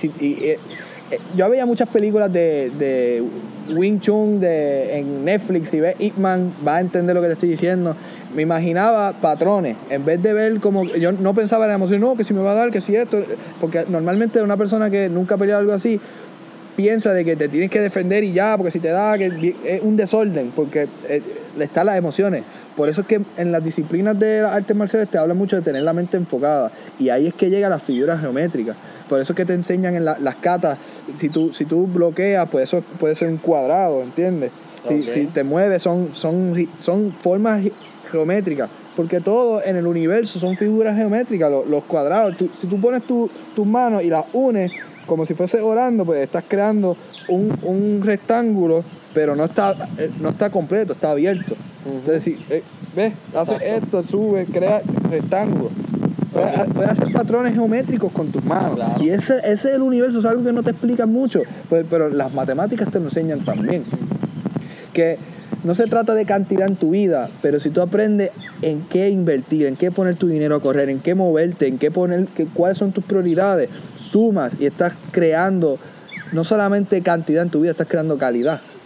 yo veía muchas películas de Wing Chun en Netflix. Si ves Ip Man vas a entender lo que te estoy diciendo. Me imaginaba patrones en vez de ver como yo no pensaba en la emoción, no, que si me va a dar, que si esto, porque normalmente una persona que nunca ha peleado algo así piensa de que te tienes que defender y ya, porque si te da, que es un desorden, porque le están las emociones. Por eso es que en las disciplinas de las artes marciales te hablan mucho de tener la mente enfocada, y ahí es que llegan las figuras geométricas. Por eso es que te enseñan en las katas, si tú bloqueas, pues eso puede ser un cuadrado, ¿entiendes? Okay. Si te mueves son formas geométricas, porque todo en el universo son figuras geométricas, los cuadrados. Si tú pones tus manos y las unes como si fuese orando, pues estás creando un rectángulo, pero no está completo, está abierto. Entonces, si ves, haces esto, subes, creas rectángulo. Puedes hacer patrones geométricos con tus manos. Claro. Y ese es el universo, es algo que no te explican mucho, pero las matemáticas te lo enseñan también. Que no se trata de cantidad en tu vida, pero si tú aprendes en qué invertir, en qué poner tu dinero a correr, en qué moverte, en qué poner, cuáles son tus prioridades, sumas y estás creando no solamente cantidad en tu vida, estás creando calidad.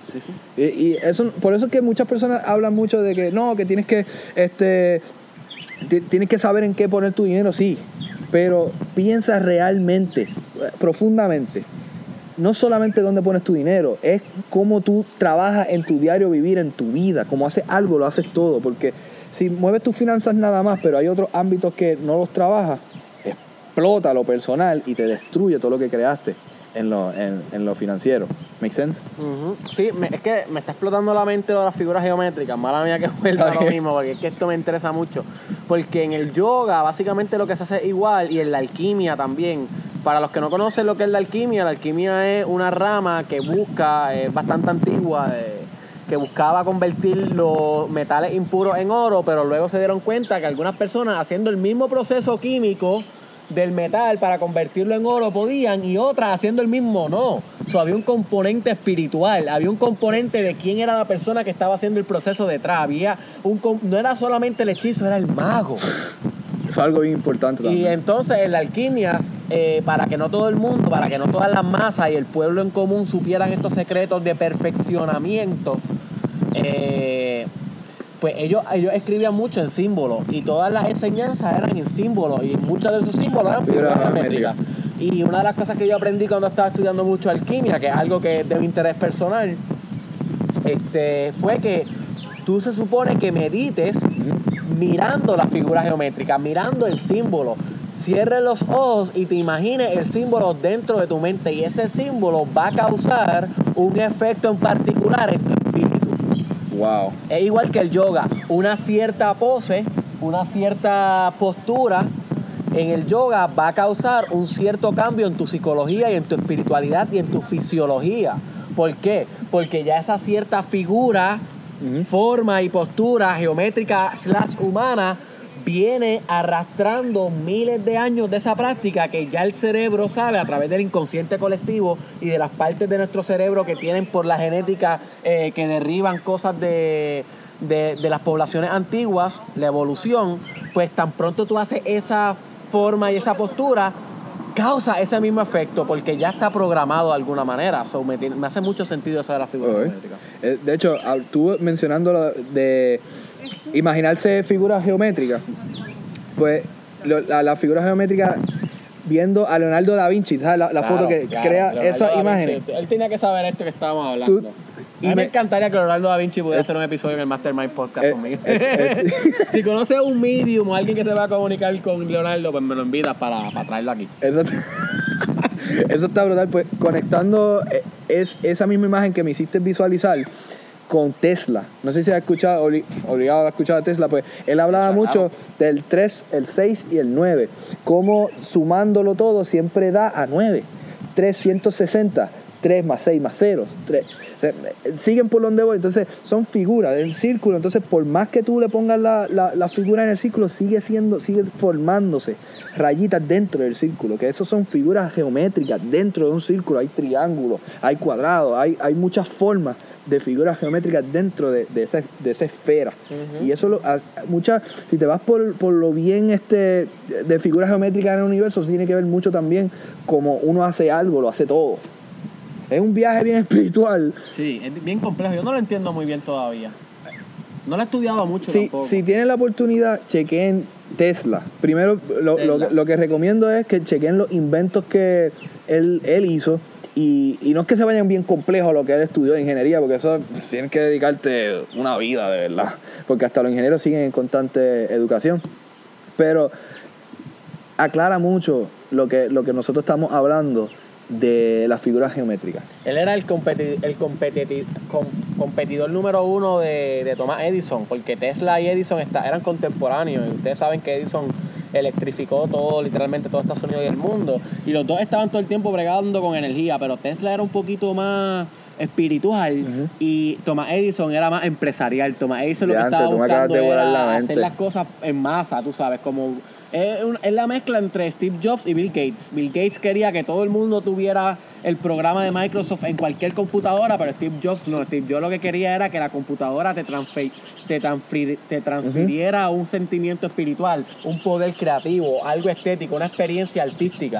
Sí, sí. Y eso, por eso es que muchas personas hablan mucho de que no, que tienes que tienes que saber en qué poner tu dinero, sí, pero piensa realmente, profundamente. No solamente dónde pones tu dinero, es cómo tú trabajas en tu diario vivir, en tu vida. Como haces algo, lo haces todo. Porque si mueves tus finanzas nada más, pero hay otros ámbitos que no los trabajas, explota lo personal y te destruye todo lo que creaste en lo financiero. ¿Make sense? Uh-huh. Sí, es que me está explotando la mente de las figuras geométricas. Mala mía que vuelva lo mismo, porque es que esto me interesa mucho. Porque en el yoga, básicamente lo que se hace es igual, y en la alquimia también. Para los que no conocen lo que es la alquimia es una rama que busca, es bastante antigua, que buscaba convertir los metales impuros en oro, pero luego se dieron cuenta que algunas personas haciendo el mismo proceso químico del metal para convertirlo en oro podían, y otras haciendo el mismo no. Había un componente espiritual, había un componente de quién era la persona que estaba haciendo el proceso detrás. No era solamente el hechizo, era el mago. Eso es algo bien importante también. Y entonces en la alquimia, para que no todo el mundo, para que no todas las masas y el pueblo en común supieran estos secretos de perfeccionamiento, pues ellos escribían mucho en símbolos, y todas las enseñanzas eran en símbolos, y muchos de esos símbolos eran figuras geométricas. Y una de las cosas que yo aprendí cuando estaba estudiando mucho alquimia, que es algo que es de mi interés personal, fue que tú se supone que medites mirando las figuras geométricas, mirando el símbolo. Cierres los ojos y te imagines el símbolo dentro de tu mente, y ese símbolo va a causar un efecto en particular en tu espíritu. Wow. Es igual que el yoga. Una cierta pose, una cierta postura en el yoga va a causar un cierto cambio en tu psicología y en tu espiritualidad y en tu fisiología. ¿Por qué? Porque ya esa cierta figura, forma y postura geométrica / humana viene arrastrando miles de años de esa práctica, que ya el cerebro sabe a través del inconsciente colectivo y de las partes de nuestro cerebro que tienen por la genética que derriban cosas de las poblaciones antiguas, la evolución. Pues tan pronto tú haces esa forma y esa postura, causa ese mismo efecto, porque ya está programado de alguna manera. Me hace mucho sentido eso de las figuras geométricas. De hecho, tú mencionando lo de imaginarse figuras geométricas, pues la figura geométrica, viendo a Leonardo da Vinci, ¿sabes? La foto que crea esas imágenes. Él tenía que saber esto que estábamos hablando. A mí me encantaría que Leonardo da Vinci pudiera hacer un episodio en el Mastermind Podcast conmigo. Si conoces un medium o alguien que se va a comunicar con Leonardo, pues me lo invitas para traerlo aquí. Eso está brutal. Pues conectando esa misma imagen que me hiciste visualizar con Tesla. No sé si has escuchado, obligado a escuchar a Tesla, pues él hablaba mucho del 3, el 6 y el 9. Cómo sumándolo todo siempre da a 9. 360, 3 más 6 más 0. 3. Siguen por donde voy. Entonces son figuras del círculo. Entonces por más que tú le pongas la figura en el círculo, sigue formándose rayitas dentro del círculo, que esos son figuras geométricas. Dentro de un círculo hay triángulos, hay cuadrados, hay muchas formas de figuras geométricas dentro de esa esfera. Y eso si te vas por lo bien de figuras geométricas en el universo, eso tiene que ver mucho también como uno hace algo, lo hace todo. Es un viaje bien espiritual. Sí, es bien complejo. Yo no lo entiendo muy bien todavía. No lo he estudiado mucho tampoco. Si tienen la oportunidad, chequen Tesla. Primero, lo que recomiendo es que chequen los inventos que él hizo. Y no es que se vayan bien complejos a lo que él estudió de ingeniería, porque eso tienes que dedicarte una vida, de verdad. Porque hasta los ingenieros siguen en constante educación. Pero aclara mucho lo que nosotros estamos hablando de las figuras geométricas. Él era el competidor número 1 de Thomas Edison, porque Tesla y Edison eran contemporáneos, y ustedes saben que Edison electrificó literalmente todo Estados Unidos y el mundo, y los dos estaban todo el tiempo bregando con energía, pero Tesla era un poquito más espiritual y Thomas Edison era más empresarial. Thomas Edison lo que estaba buscando era hacer las cosas en masa, tú sabes, como es la mezcla entre Steve Jobs y Bill Gates. Bill Gates quería que todo el mundo tuviera el programa de Microsoft en cualquier computadora, pero Steve Jobs no. Steve Jobs lo que quería era que la computadora te transfiriera un sentimiento espiritual, un poder creativo, algo estético, una experiencia artística.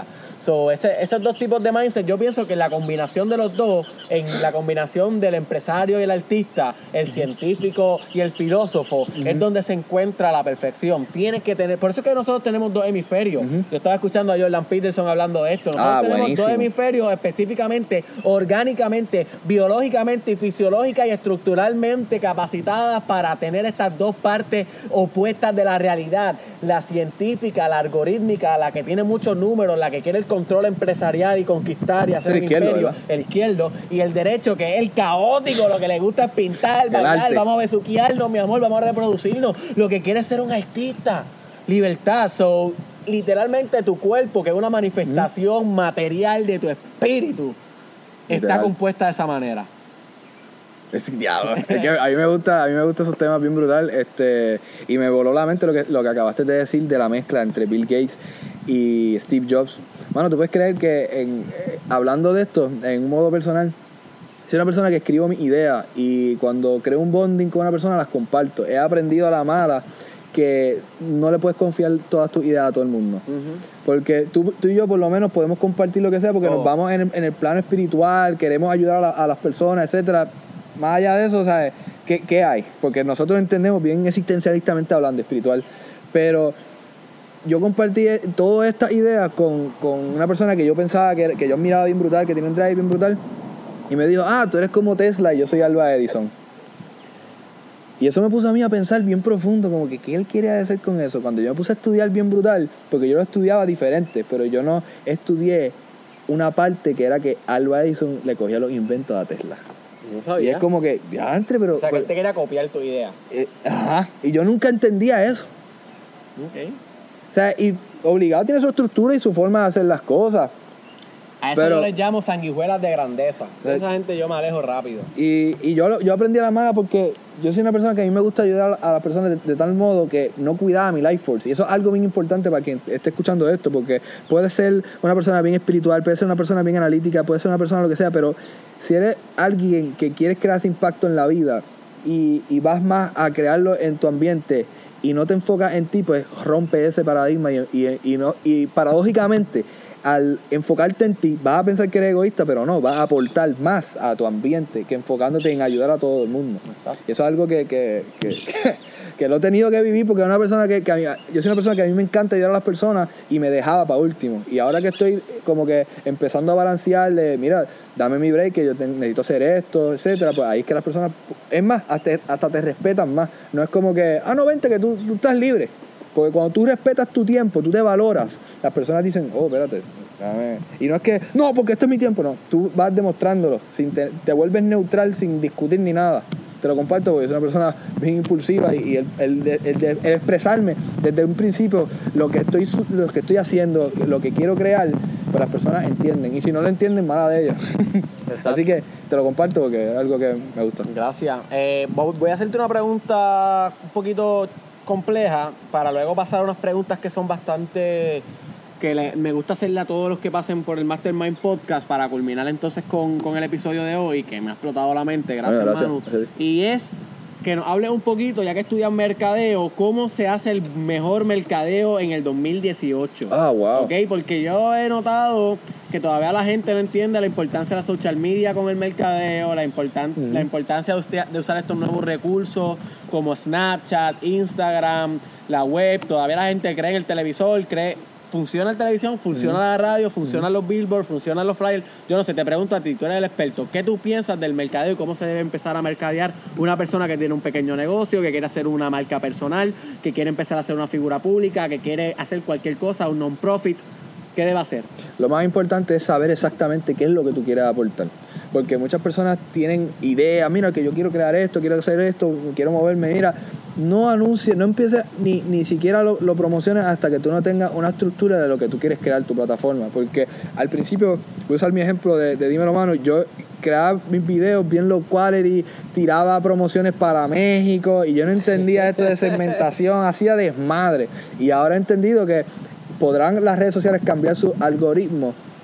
So, esos dos tipos de mindset, yo pienso que la combinación de los dos, en la combinación del empresario y el artista, el científico y el filósofo, es donde se encuentra la perfección. Tienes que tener, por eso es que nosotros tenemos dos hemisferios. Yo estaba escuchando a Jordan Peterson hablando de esto. Nosotros tenemos buenísimo. dos hemisferios específicamente, orgánicamente, biológicamente y fisiológica y estructuralmente capacitadas para tener estas dos partes opuestas de la realidad. La científica, la algorítmica, la que tiene muchos números, la que quiere el control empresarial y conquistar y hacer El un izquierdo, imperio, ¿verdad? el izquierdo, y el derecho, que es el caótico, lo que le gusta es pintar, bailar, arte. vamos a besuquearnos, mi amor, vamos a reproducirnos, lo que quiere es ser un artista, libertad. So, literalmente tu cuerpo, que es una manifestación material de tu espíritu, está Literal. compuesta de esa manera. Diablo. Es que a mí me gusta esos temas bien brutal, y me voló la mente lo que acabaste de decir de la mezcla entre Bill Gates y Steve Jobs. Mano, tú puedes creer que hablando de esto en un modo personal, soy una persona que escribo mis ideas y cuando creo un bonding con una persona las comparto. He aprendido a la mala que no le puedes confiar todas tus ideas a todo el mundo. Porque tú y yo por lo menos podemos compartir lo que sea porque nos vamos en el plano espiritual, queremos ayudar a las personas, etcétera. Más allá de eso, ¿sabes? ¿Qué hay? Porque nosotros entendemos bien existencialistamente hablando, espiritual. Pero yo compartí todas estas ideas con una persona que yo pensaba que yo miraba bien brutal, que tiene un drive bien brutal. Y me dijo, tú eres como Tesla y yo soy Alva Edison. Y eso me puso a mí a pensar bien profundo, como que ¿qué él quiere hacer con eso? Cuando yo me puse a estudiar bien brutal, porque yo lo estudiaba diferente, pero yo no estudié una parte que era que Alva Edison le cogía los inventos a Tesla. No sabía. Y es como que, pero... O sea, que él te quería copiar tu idea. Ajá, y yo nunca entendía eso. Okay. O sea, y obligado tiene su estructura y su forma de hacer las cosas. A eso Pero- yo les llamo sanguijuelas de grandeza. Sí. Esa gente yo me alejo rápido. Y yo aprendí a la mala porque yo soy una persona que a mí me gusta ayudar a las personas de tal modo que no cuidaba mi life force. Y eso es algo bien importante para quien esté escuchando esto, porque puede ser una persona bien espiritual, puede ser una persona bien analítica, puede ser una persona lo que sea, pero si eres alguien que quieres crear ese impacto en la vida y vas más a crearlo en tu ambiente y no te enfocas en ti, pues rompe ese paradigma y paradójicamente al enfocarte en ti, vas a pensar que eres egoísta, pero no, vas a aportar más a tu ambiente que enfocándote en ayudar a todo el mundo. Exacto. Y eso es algo que lo he tenido que vivir porque es una persona que a mí, yo soy una persona que a mí me encanta ayudar a las personas y me dejaba para último. Y ahora que estoy como que empezando a balancearle, mira, dame mi break, que yo necesito hacer esto, etcétera, pues ahí es que las personas, es más, hasta te respetan más. No es como que, no, vente, que tú estás libre. Porque cuando tú respetas tu tiempo, tú te valoras, las personas dicen, espérate, dame. Y no es que, no, porque este es mi tiempo, no. Tú vas demostrándolo, te vuelves neutral sin discutir ni nada. Te lo comparto porque soy una persona bien impulsiva y el expresarme desde un principio lo que estoy haciendo, lo que quiero crear, pues las personas entienden. Y si no lo entienden, mala de ellos. Así que te lo comparto porque es algo que me gusta. Gracias. Voy a hacerte una pregunta un poquito compleja para luego pasar a unas preguntas que son bastante... me gusta hacerle a todos los que pasen por el Mastermind Podcast para culminar entonces con el episodio de hoy, que me ha explotado la mente. Gracias, Manu. Y es que nos hables un poquito, ya que estudias mercadeo, cómo se hace el mejor mercadeo en el 2018. Wow. ¿Ok? Porque yo he notado que todavía la gente no entiende la importancia de la social media con el mercadeo, la importancia de usar estos nuevos recursos como Snapchat, Instagram, la web. Todavía la gente cree en el televisor, funciona la televisión, funciona la radio, funcionan los billboards, funcionan los flyers. Yo no sé, te pregunto a ti, tú eres el experto, ¿qué tú piensas del mercadeo y cómo se debe empezar a mercadear una persona que tiene un pequeño negocio, que quiere hacer una marca personal, que quiere empezar a hacer una figura pública, que quiere hacer cualquier cosa, un non-profit? ¿Qué debe hacer? Lo más importante es saber exactamente qué es lo que tú quieres aportar. Porque muchas personas tienen ideas, mira, que yo quiero crear esto, quiero hacer esto, quiero moverme, mira, no anuncies, no empieces ni siquiera lo promociones hasta que tú no tengas una estructura de lo que tú quieres crear tu plataforma. Porque al principio, voy a usar mi ejemplo de Dímelo Mano, yo creaba mis videos bien low quality, tiraba promociones para México y yo no entendía esto de segmentación, hacía desmadre. Y ahora he entendido que podrán las redes sociales cambiar su algoritmo,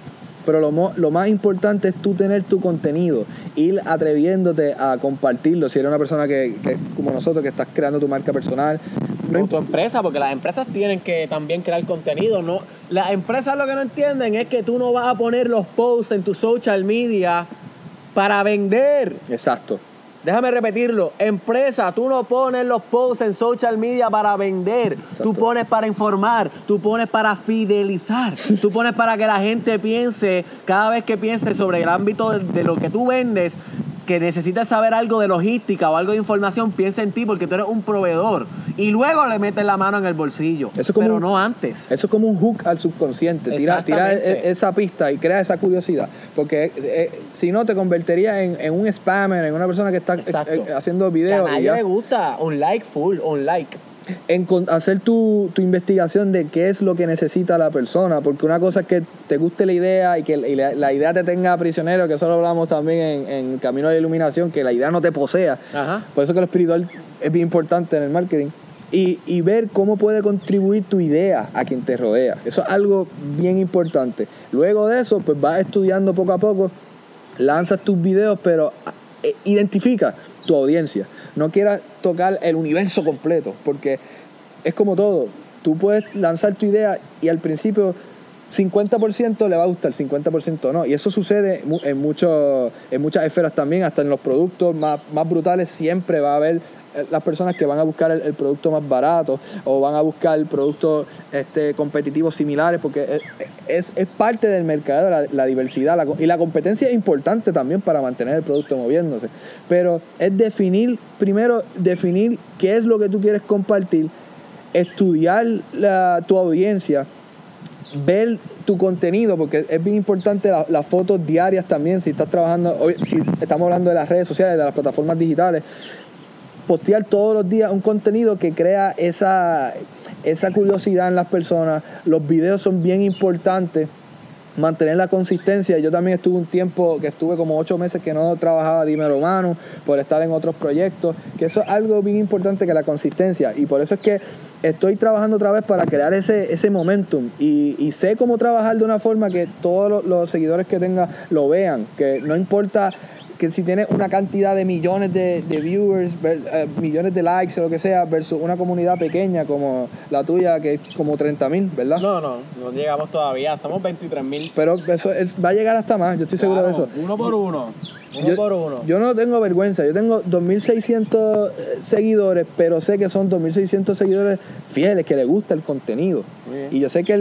pero lo más importante es tú tener tu contenido, ir atreviéndote a compartirlo. Si eres una persona que como nosotros, que estás creando tu marca personal, O tu empresa, porque las empresas tienen que también crear contenido, ¿no? Las empresas lo que no entienden es que tú no vas a poner los posts en tu social media para vender. Exacto. Déjame repetirlo. Empresa, tú no pones los posts en social media para vender. Exacto. Tú pones para informar. Tú pones para fidelizar. Tú pones para que la gente piense, cada vez que piense sobre el ámbito de lo que tú vendes, que necesitas saber algo de logística o algo de información, piensa en ti porque tú eres un proveedor. Y luego le metes la mano en el bolsillo. Eso como pero no antes. Eso es como un hook al subconsciente. Tira Exactamente. esa pista y crea esa curiosidad. Porque si no, te convertiría en un spammer, en una persona que está haciendo Que a videos. nadie le gusta un like full, un like. Hacer tu investigación de qué es lo que necesita la persona, porque una cosa es que te guste la idea y que la idea te tenga prisionero, que eso lo hablamos también en Camino a la Iluminación, que la idea no te posea. Ajá. Por eso que lo espiritual es bien importante en el marketing. Y ver cómo puede contribuir tu idea a quien te rodea. Eso es algo bien importante. Luego de eso, pues vas estudiando poco a poco, lanzas tus videos, pero identifica tu audiencia. No quieras tocar el universo completo, porque es como todo. Tú puedes lanzar tu idea y al principio 50% le va a gustar, 50% no. Y eso sucede en muchas esferas también, hasta en los productos más brutales siempre va a haber las personas que van a buscar el producto más barato o van a buscar productos competitivos similares, porque es parte del mercado, la diversidad y la competencia es importante también para mantener el producto moviéndose. Pero es definir qué es lo que tú quieres compartir, estudiar tu audiencia, ver tu contenido, porque es bien importante las fotos diarias también. Si estás trabajando, si estamos hablando de las redes sociales, de las plataformas digitales, postear todos los días un contenido que crea esa curiosidad en las personas. Los videos son bien importantes, mantener la consistencia. Yo también estuve un tiempo que estuve como 8 meses que no trabajaba Dímelo Manu por estar en otros proyectos, que eso es algo bien importante, que la consistencia, y por eso es que estoy trabajando otra vez para crear ese momentum y sé cómo trabajar de una forma que todos los seguidores que tenga lo vean, que no importa que si tienes una cantidad de millones de viewers, millones de likes o lo que sea, versus una comunidad pequeña como la tuya, que es como 30,000, ¿verdad? No llegamos todavía, estamos 23,000. Pero eso va a llegar hasta más, yo estoy seguro de eso. Uno por uno. Yo no tengo vergüenza, yo tengo 2,600 seguidores, pero sé que son 2,600 seguidores fieles, que les gusta el contenido. Y yo sé que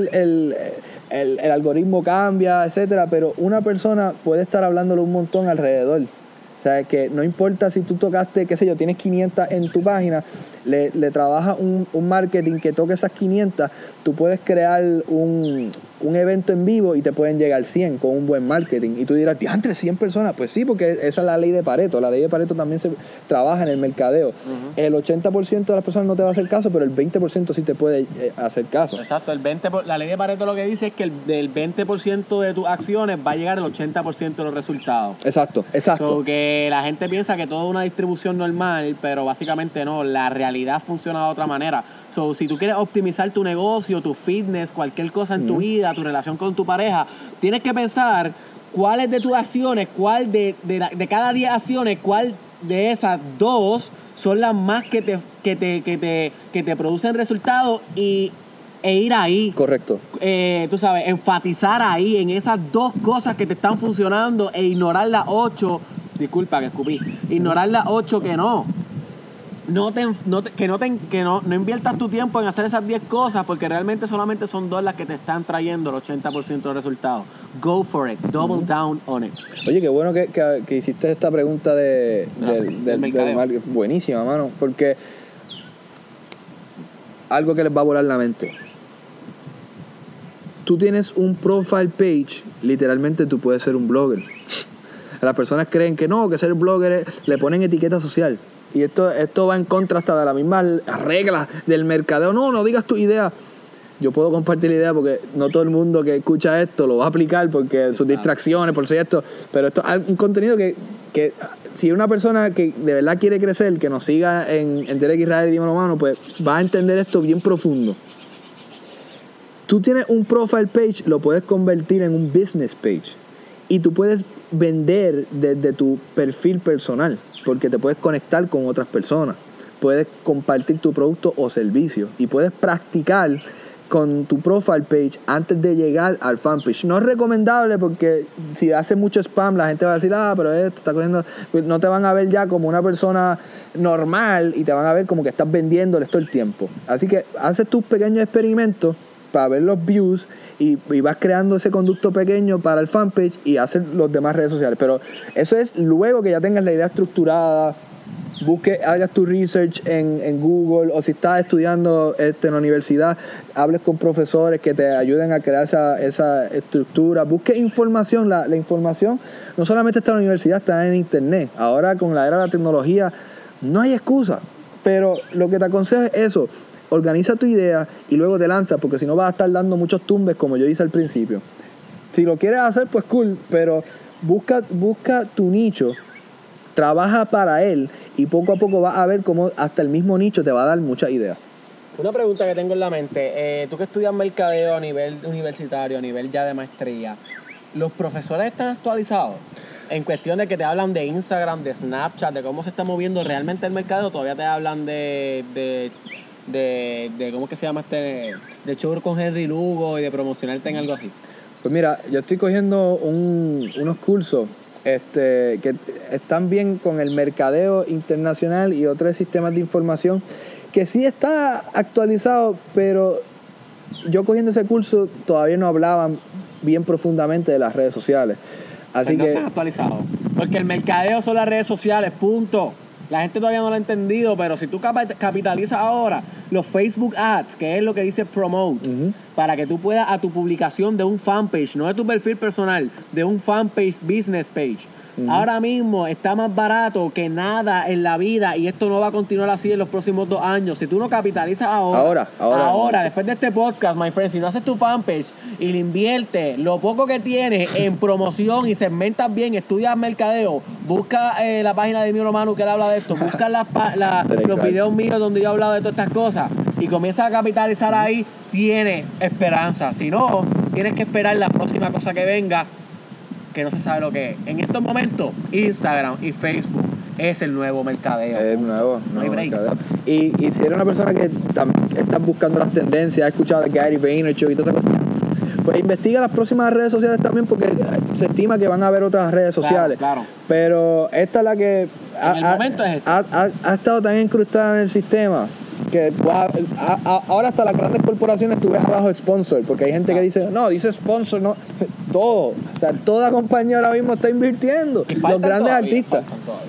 el algoritmo cambia, etcétera, pero una persona puede estar hablándole un montón alrededor. O sea, que no importa si tú tocaste, qué sé yo, tienes 500 en tu página, le trabajas un marketing que toque esas 500, tú puedes crear un evento en vivo y te pueden llegar 100 con un buen marketing. Y tú dirás, entre 100 personas. Pues sí, porque esa es la ley de Pareto. La ley de Pareto también se trabaja en el mercadeo. Uh-huh. El 80% de las personas no te va a hacer caso, pero el 20% sí te puede hacer caso. Exacto, la ley de Pareto lo que dice es que del 20% de tus acciones va a llegar el 80% de los resultados. Exacto. So, que la gente piensa que todo es una distribución normal, pero básicamente no, la realidad funciona de otra manera. So, si tú quieres optimizar tu negocio, tu fitness, cualquier cosa en tu vida, tu relación con tu pareja, tienes que pensar cuáles de tus acciones, cuál de cada 10 acciones, cuál de esas 2 son las más que te producen resultados e ir ahí. Correcto. Tú sabes, enfatizar ahí en esas 2 cosas que te están funcionando e ignorar las 8. Disculpa que escupí. Ignorar las 8 que no. No inviertas tu tiempo en hacer esas 10 cosas, porque realmente solamente son 2 las que te están trayendo el 80% de resultados. Go for it. Double down on it. Oye, qué bueno que hiciste esta pregunta del marketing. Buenísima, mano. Porque algo que les va a volar la mente. Tú tienes un profile page, literalmente tú puedes ser un blogger. Las personas creen que no, que ser blogger le ponen etiqueta social. Y esto va en contra hasta de las mismas reglas del mercadeo. No digas tu idea. Yo puedo compartir la idea porque no todo el mundo que escucha esto lo va a aplicar porque sus distracciones, por cierto. Pero esto es un contenido que si una persona que de verdad quiere crecer, que nos siga en Derek Israel y Dímelo Manu, pues va a entender esto bien profundo. Tú tienes un profile page, lo puedes convertir en un business page. Y tú puedes vender desde tu perfil personal, porque te puedes conectar con otras personas. Puedes compartir tu producto o servicio. Y puedes practicar con tu profile page antes de llegar al fanpage. No es recomendable porque si haces mucho spam, la gente va a decir, pero esto está cogiendo... Pues no te van a ver ya como una persona normal y te van a ver como que estás vendiéndoles todo el tiempo. Así que haces tus pequeños experimentos para ver los views y vas creando ese conducto pequeño para el fanpage y hacer los demás redes sociales. Pero eso es luego que ya tengas la idea estructurada, hagas tu research en Google, o si estás estudiando en la universidad, hables con profesores que te ayuden a crear esa estructura. Busque información. La información no solamente está en la universidad, está en internet. Ahora con la era de la tecnología no hay excusa, pero lo que te aconsejo es eso. Organiza tu idea y luego te lanzas, porque si no vas a estar dando muchos tumbes como yo hice al principio. Si lo quieres hacer, pues cool, pero busca tu nicho, trabaja para él y poco a poco vas a ver cómo hasta el mismo nicho te va a dar muchas ideas. Una pregunta que tengo en la mente, tú que estudias mercadeo a nivel universitario, a nivel ya de maestría, ¿los profesores están actualizados? En cuestión de que te hablan de Instagram, de Snapchat, de cómo se está moviendo realmente el mercadeo, todavía te hablan de ¿cómo es que se llama de show con Henry Lugo y de promocionarte en algo así? Pues mira, yo estoy cogiendo unos cursos que están bien con el mercadeo internacional y otros sistemas de información que sí está actualizado, pero yo cogiendo ese curso todavía no hablaban bien profundamente de las redes sociales. Así no que están actualizados, porque el mercadeo son las redes sociales, punto. La gente todavía no lo ha entendido, pero si tú capitalizas ahora los Facebook Ads, que es lo que dice Promote, para que tú puedas a tu publicación de un fanpage, no de tu perfil personal, de un fanpage business page, ahora mismo está más barato que nada en la vida, y esto no va a continuar así en los próximos 2 años. Si tú no capitalizas ahora, después de este podcast, my friend, si no haces tu fanpage y le inviertes lo poco que tienes en promoción y segmentas bien, estudias mercadeo, busca la página de Miro Manu que él habla de esto, busca los videos míos donde yo he hablado de todas estas cosas y comienzas a capitalizar ahí, tienes esperanza. Si no, tienes que esperar la próxima cosa que venga, que no se sabe lo que es. En estos momentos, Instagram y Facebook es el nuevo mercadeo. Es nuevo hay break. Mercadeo. Y si eres una persona que estás buscando las tendencias, has escuchado de Gary Vaynerchuk y todas esas cosas, pues investiga las próximas redes sociales también, porque se estima que van a haber otras redes sociales. Claro. Pero esta es la que ha estado tan incrustada en el sistema que ahora hasta las grandes corporaciones tú ves abajo sponsor, porque hay gente que dice, no, dice sponsor, no, todo. O sea, toda compañía ahora mismo está invirtiendo. Los grandes artistas.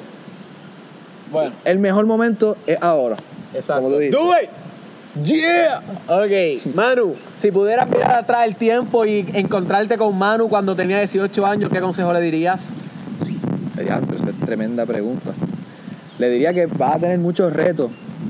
Bueno, el mejor momento es ahora. exacto. Como tú dices. Do it. Yeah. Ok, Manu, si pudieras mirar atrás el tiempo y encontrarte con Manu cuando tenía 18 años, ¿qué consejo le dirías? Esa es tremenda pregunta. Le diría que vas a tener muchos retos,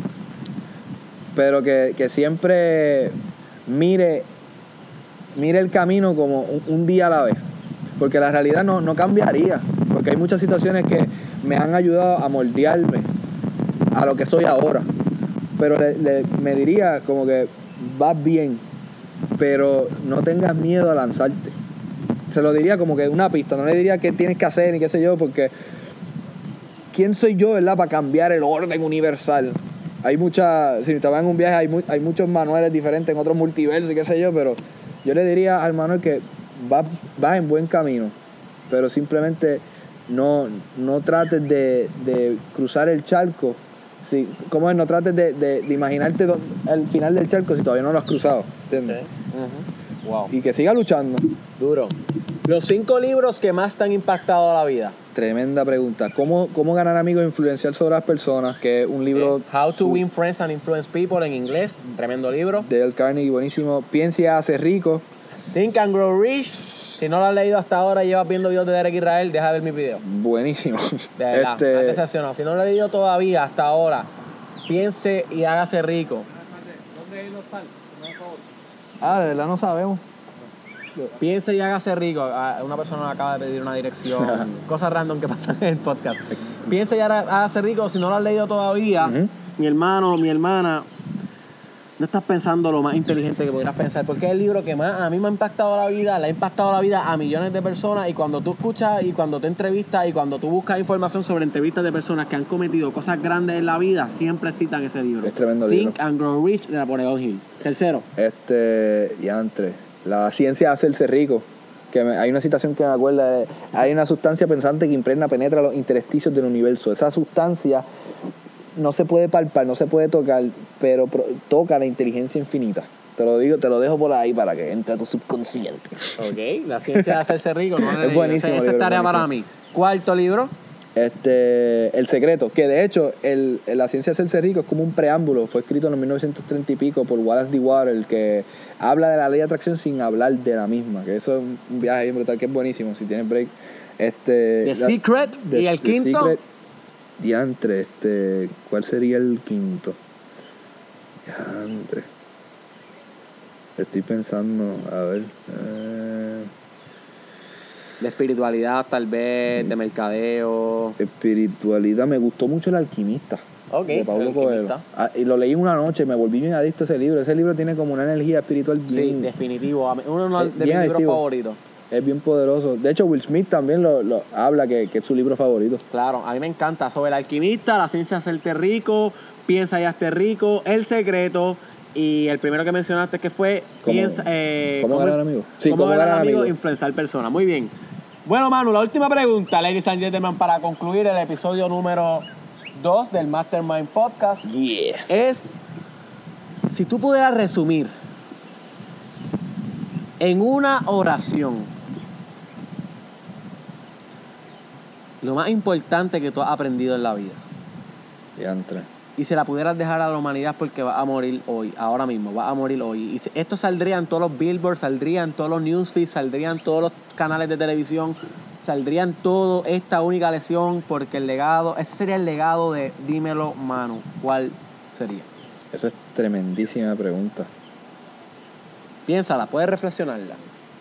pero que siempre mire el camino como un día a la vez, porque la realidad no cambiaría, porque hay muchas situaciones que me han ayudado a moldearme a lo que soy ahora, pero me diría como que vas bien, pero no tengas miedo a lanzarte. Se lo diría como que una pista, no le diría qué tienes que hacer ni qué sé yo, porque ¿quién soy yo, verdad, para cambiar el orden universal? Hay si te vas en un viaje, hay muchos Manueles diferentes en otros multiversos y qué sé yo, pero yo le diría al Manuel que va en buen camino, pero simplemente no trates de cruzar el charco. Sí, ¿cómo es? No trates de imaginarte el final del charco si todavía no lo has cruzado, ¿entiendes? Okay. Wow. Y que siga luchando. Duro. Los 5 libros que más te han impactado a la vida. Tremenda pregunta. ¿Cómo ganar amigos e influenciar sobre las personas? Que es un libro... How to Win Friends and Influence People en inglés. Un tremendo libro. De Dale Carnegie, buenísimo. Piensa y hace rico. Think and Grow Rich. Si no lo has leído hasta ahora y llevas viendo videos de Derek Israel, deja de ver mis videos. Buenísimo. De verdad, has decepcionado. Si no lo has leído todavía hasta ahora, piense y hágase rico. ¿Dónde hay los tal? De verdad no sabemos. Piense y hágase rico. Una persona me acaba de pedir una dirección. Cosas random que pasan en el podcast. Piense y hágase rico. Si no lo has leído todavía, mi hermano, mi hermana, no estás pensando lo más inteligente que pudieras pensar, porque es el libro que más a mí me ha impactado la vida, le ha impactado la vida a millones de personas, y cuando tú escuchas y cuando te entrevistas y cuando tú buscas información sobre entrevistas de personas que han cometido cosas grandes en la vida, siempre citan ese libro. Es tremendo Think libro. and Grow Rich de Napoleon Hill. Tercero. Diantre. La ciencia de hacerse rico. Hay una citación que me acuerda. Hay una sustancia pensante que impregna, penetra los intersticios del universo. Esa sustancia no se puede palpar, no se puede tocar, pero toca la inteligencia infinita. Te lo digo, te lo dejo por ahí para que entre a tu subconsciente. Ok, la ciencia de hacerse rico. No Es buenísimo. Esa es tarea para mí. Cuarto libro. El secreto, que de hecho la ciencia de hacerse rico es como un preámbulo, fue escrito en 1930 y pico por Wallace D. Wattles, que habla de la ley de atracción sin hablar de la misma, que eso es un viaje bien brutal, que es buenísimo, si tienes break. The Secret y el quinto. Secret, diantre, ¿cuál sería el quinto? Diantre. Estoy pensando, a ver. De espiritualidad, tal vez, de mercadeo. Espiritualidad, me gustó mucho El Alquimista. Ok, De Paulo El Coelho. Alquimista. Y lo leí una noche, me volví bien adicto a ese libro. Ese libro tiene como una energía espiritual Sí, bien, definitivo. Uno de mis bien libros adictivo. favoritos. Es bien poderoso. De hecho, Will Smith también lo habla, que es su libro favorito. Claro, a mí me encanta. Sobre El Alquimista, La ciencia de hacerte rico, Piensa y hazte rico, El secreto, y el primero que mencionaste que fue ¿Cómo ganar amigos? Sí, cómo ganar amigos, amigos. influenciar personas. Muy bien. Bueno, Manu, la última pregunta, ladies and gentlemen, para concluir el episodio número 2 del Mastermind Podcast, Yeah. es si tú pudieras resumir en una oración lo más importante que tú has aprendido en la vida, Diantre. y se la pudieras dejar a la humanidad porque va a morir hoy, ahora mismo, va a morir hoy. Y esto saldría en todos los billboards, saldría en todos los newsfeeds, saldría en todos los canales de televisión, saldría en todo esta única lección, porque el legado, ese sería el legado de Dímelo Manu. ¿Cuál sería? Eso es tremendísima pregunta. Piénsala, puedes reflexionarla.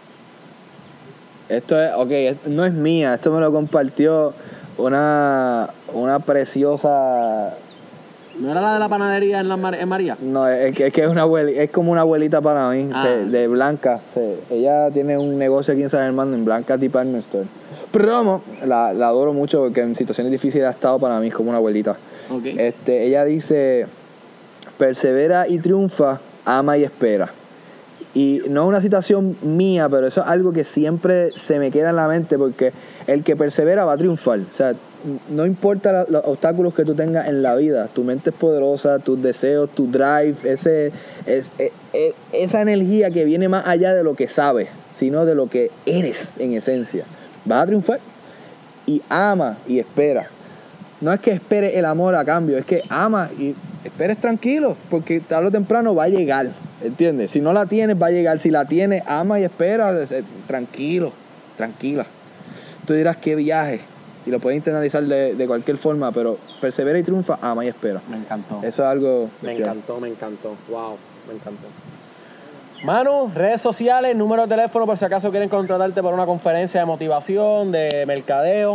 Esto es, no es mía, esto me lo compartió una preciosa. ¿No era la de la panadería en María? No, es que es una es como una abuelita para mí, de Blanca. Ella tiene un negocio aquí en San Germán, en Blanca Department Store. Promo, la adoro mucho porque en situaciones difíciles ha estado para mí como una abuelita. Okay. Ella dice: persevera y triunfa, ama y espera. Y no es una citación mía, pero eso es algo que siempre se me queda en la mente, porque el que persevera va a triunfar. O sea, no importa los obstáculos que tú tengas en la vida, tu mente es poderosa, tus deseos, tu drive, esa energía que viene más allá de lo que sabes, sino de lo que eres en esencia. Vas a triunfar. Y ama y espera. No es que espere el amor a cambio, es que ama y esperes tranquilo, porque tarde o temprano va a llegar, ¿entiendes? Si no la tienes, va a llegar. Si la tienes, ama y espera, tranquilo, tranquila. Tú dirás, qué viaje, y lo puedes internalizar de cualquier forma, pero persevera y triunfa, ama y espera. Me encantó. Eso es algo... Me encantó. Wow, me encantó. Manu, redes sociales, número de teléfono por si acaso quieren contratarte para una conferencia de motivación, de mercadeo.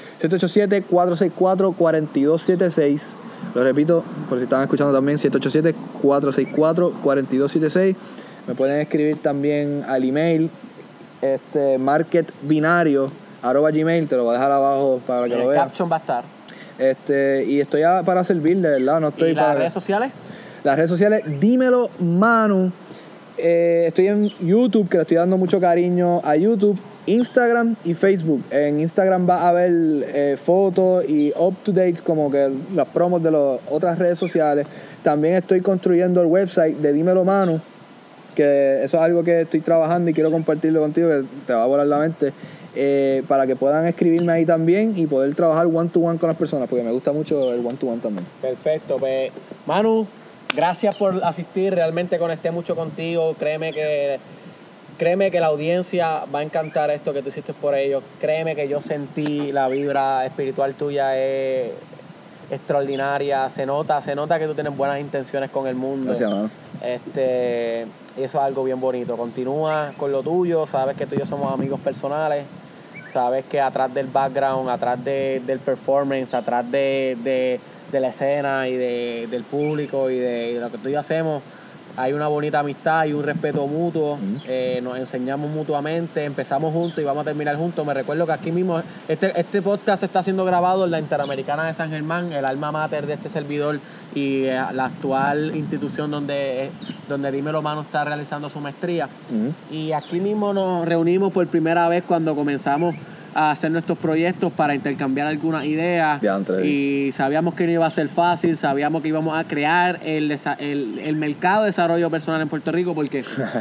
787-464-4276. Lo repito, por si están escuchando también, 787-464-4276. Me pueden escribir también al email, marketbinario@gmail. Te lo voy a dejar abajo para que lo veas. El caption va a estar. Y estoy para servir, de verdad. No estoy ¿Y para... las redes sociales? Las redes sociales, Dímelo Manu. Estoy en YouTube, que le estoy dando mucho cariño a YouTube, Instagram y Facebook. En Instagram va a haber fotos y up-to-date, como que las promos de las otras redes sociales. También estoy construyendo el website de Dímelo Manu, que eso es algo que estoy trabajando y quiero compartirlo contigo, que te va a volar la mente, para que puedan escribirme ahí también y poder trabajar one-to-one con las personas, porque me gusta mucho el one-to-one también. Perfecto, pues Manu, gracias por asistir, realmente conecté mucho contigo, créeme que la audiencia va a encantar esto que tú hiciste por ellos, créeme que yo sentí la vibra espiritual tuya es extraordinaria, se nota que tú tienes buenas intenciones con el mundo. Gracias, mano. Y eso es algo bien bonito, continúa con lo tuyo, sabes que tú y yo somos amigos personales, sabes que atrás del background, atrás del performance, atrás de la escena y del público y de lo que tú y yo hacemos, hay una bonita amistad y un respeto mutuo. Nos enseñamos mutuamente, empezamos juntos y vamos a terminar juntos. Me recuerdo que aquí mismo, este podcast está siendo grabado en la Interamericana de San Germán, el alma mater de este servidor y la actual institución donde Dímelo Mano está realizando su maestría. Y aquí mismo nos reunimos por primera vez cuando comenzamos a hacer nuestros proyectos para intercambiar algunas ideas. Y sabíamos que no iba a ser fácil, sabíamos que íbamos a crear el mercado de desarrollo personal en Puerto Rico, porque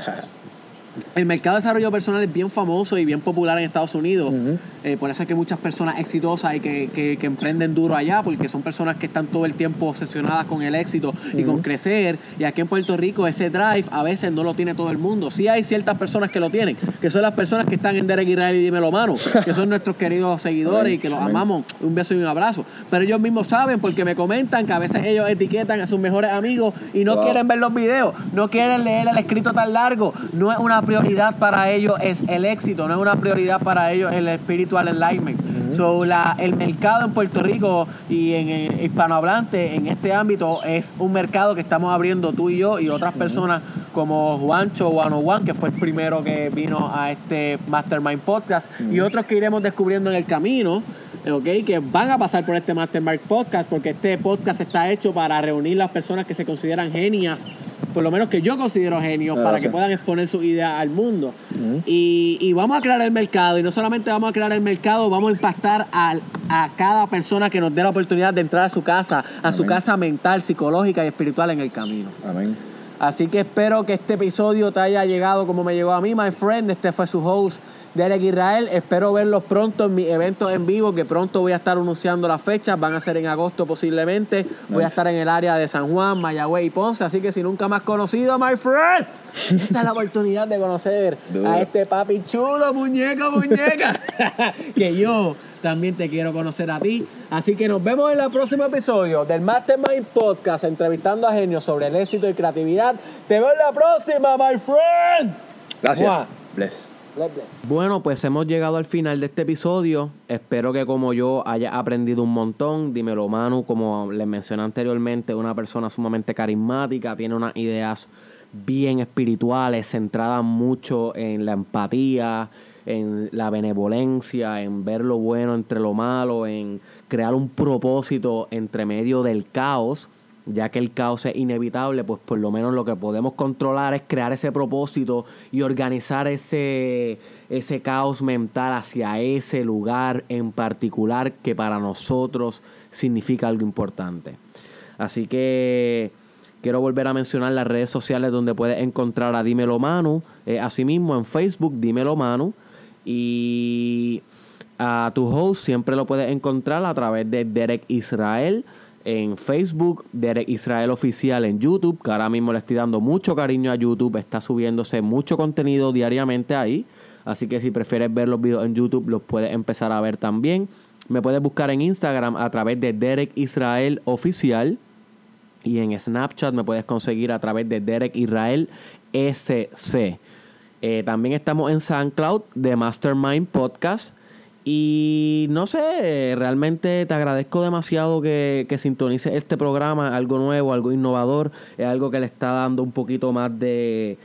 el mercado de desarrollo personal es bien famoso y bien popular en Estados Unidos. Por eso es que muchas personas exitosas y que emprenden duro allá, porque son personas que están todo el tiempo obsesionadas con el éxito y con crecer. Y aquí en Puerto Rico ese drive a veces no lo tiene todo el mundo. Sí hay ciertas personas que lo tienen, que son las personas que están en Derek Israel y Dímelo Mano, que son nuestros queridos seguidores y que los amamos. Un beso y un abrazo. Pero ellos mismos saben, porque me comentan que a veces ellos etiquetan a sus mejores amigos y no quieren ver los videos, no quieren leer el escrito tan largo. No es una prioridad para ellos es el éxito, no es una prioridad para ellos el spiritual enlightenment. So, el mercado en Puerto Rico y en hispanohablante en este ámbito es un mercado que estamos abriendo tú y yo y otras personas como Juancho 101, que fue el primero que vino a este Mastermind Podcast, y otros que iremos descubriendo en el camino, que van a pasar por este Mastermind Podcast, porque este podcast está hecho para reunir las personas que se consideran genias, por lo menos que yo considero genios, para que puedan exponer sus ideas al mundo. Y vamos a crear el mercado, y no solamente vamos a crear el mercado, vamos a impactar a cada persona que nos dé la oportunidad de entrar a su casa, su casa mental, psicológica y espiritual en el camino. Amén. Así que espero que este episodio te haya llegado como me llegó a mí, my friend. Este fue su host, Derek Israel. Espero verlos pronto en mis eventos en vivo, que pronto voy a estar anunciando las fechas. Van a ser en agosto posiblemente. Voy a estar en el área de San Juan, Mayagüez y Ponce. Así que si nunca me has conocido, my friend, esta es la oportunidad de conocer a este papi chulo, muñeca, que yo también te quiero conocer a ti. Así que nos vemos en el próximo episodio del Mastermind Podcast, entrevistando a genios sobre el éxito y creatividad. Te veo en la próxima, my friend. Gracias. Mua. Bless. Bueno, pues hemos llegado al final de este episodio. Espero que como yo haya aprendido un montón. Dímelo Manu, como les mencioné anteriormente, una persona sumamente carismática, tiene unas ideas bien espirituales, centradas mucho en la empatía, en la benevolencia, en ver lo bueno entre lo malo, en crear un propósito entre medio del caos. Ya que el caos es inevitable, pues por lo menos lo que podemos controlar es crear ese propósito y organizar ese caos mental hacia ese lugar en particular que para nosotros significa algo importante. Así que quiero volver a mencionar las redes sociales donde puedes encontrar a Dímelo Manu. Asimismo en Facebook, Dímelo Manu. Y a tu host siempre lo puedes encontrar a través de Derek Israel en Facebook, Derek Israel Oficial en YouTube, que ahora mismo le estoy dando mucho cariño a YouTube. Está subiéndose mucho contenido diariamente ahí. Así que si prefieres ver los videos en YouTube, los puedes empezar a ver también. Me puedes buscar en Instagram a través de Derek Israel Oficial. Y en Snapchat me puedes conseguir a través de Derek Israel SC. También estamos en SoundCloud de Mastermind Podcast. Y no sé, realmente te agradezco demasiado que sintonices este programa, algo nuevo, algo innovador, es algo que le está dando un poquito más de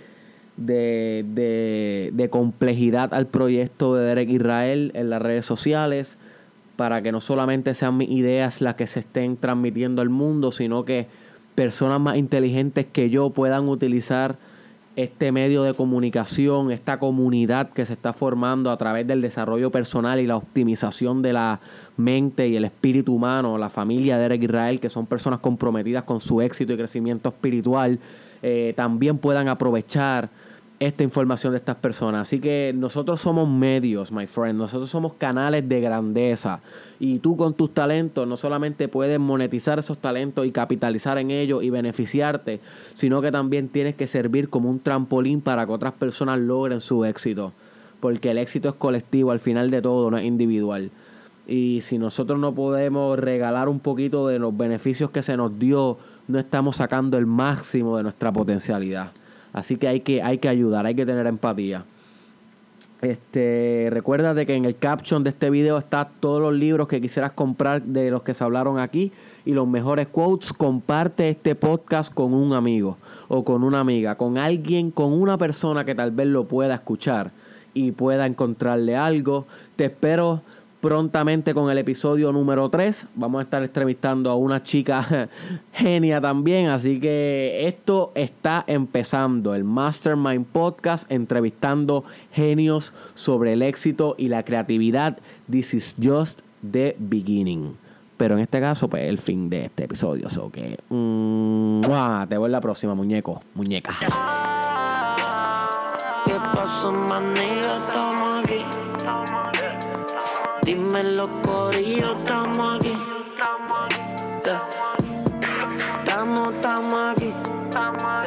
complejidad al proyecto de Derek Israel en las redes sociales, para que no solamente sean mis ideas las que se estén transmitiendo al mundo, sino que personas más inteligentes que yo puedan utilizar este medio de comunicación, esta comunidad que se está formando a través del desarrollo personal y la optimización de la mente y el espíritu humano, la familia de Derek Israel, que son personas comprometidas con su éxito y crecimiento espiritual, también puedan aprovechar esta información de estas personas. Así que nosotros somos medios, my friend. Nosotros somos canales de grandeza. Y tú con tus talentos no solamente puedes monetizar esos talentos y capitalizar en ellos y beneficiarte, sino que también tienes que servir como un trampolín para que otras personas logren su éxito. Porque el éxito es colectivo, al final de todo, no es individual. Y si nosotros no podemos regalar un poquito de los beneficios que se nos dio, no estamos sacando el máximo de nuestra potencialidad. Así que hay que ayudar, hay que tener empatía. Recuérdate que en el caption de este video están todos los libros que quisieras comprar de los que se hablaron aquí y los mejores quotes. Comparte este podcast con un amigo o con una amiga, con alguien, con una persona que tal vez lo pueda escuchar y pueda encontrarle algo. Te espero prontamente con el episodio número 3. Vamos a estar entrevistando a una chica genia también. Así que esto está empezando. El Mastermind Podcast, entrevistando genios sobre el éxito y la creatividad. This is just the beginning. Pero en este caso, pues, el fin de este episodio. So que te veo en la próxima, muñeco, muñeca. ¿Qué pasó, maniga? Estamos aquí. Dímelo, corillo, estamos aquí. Estamos aquí.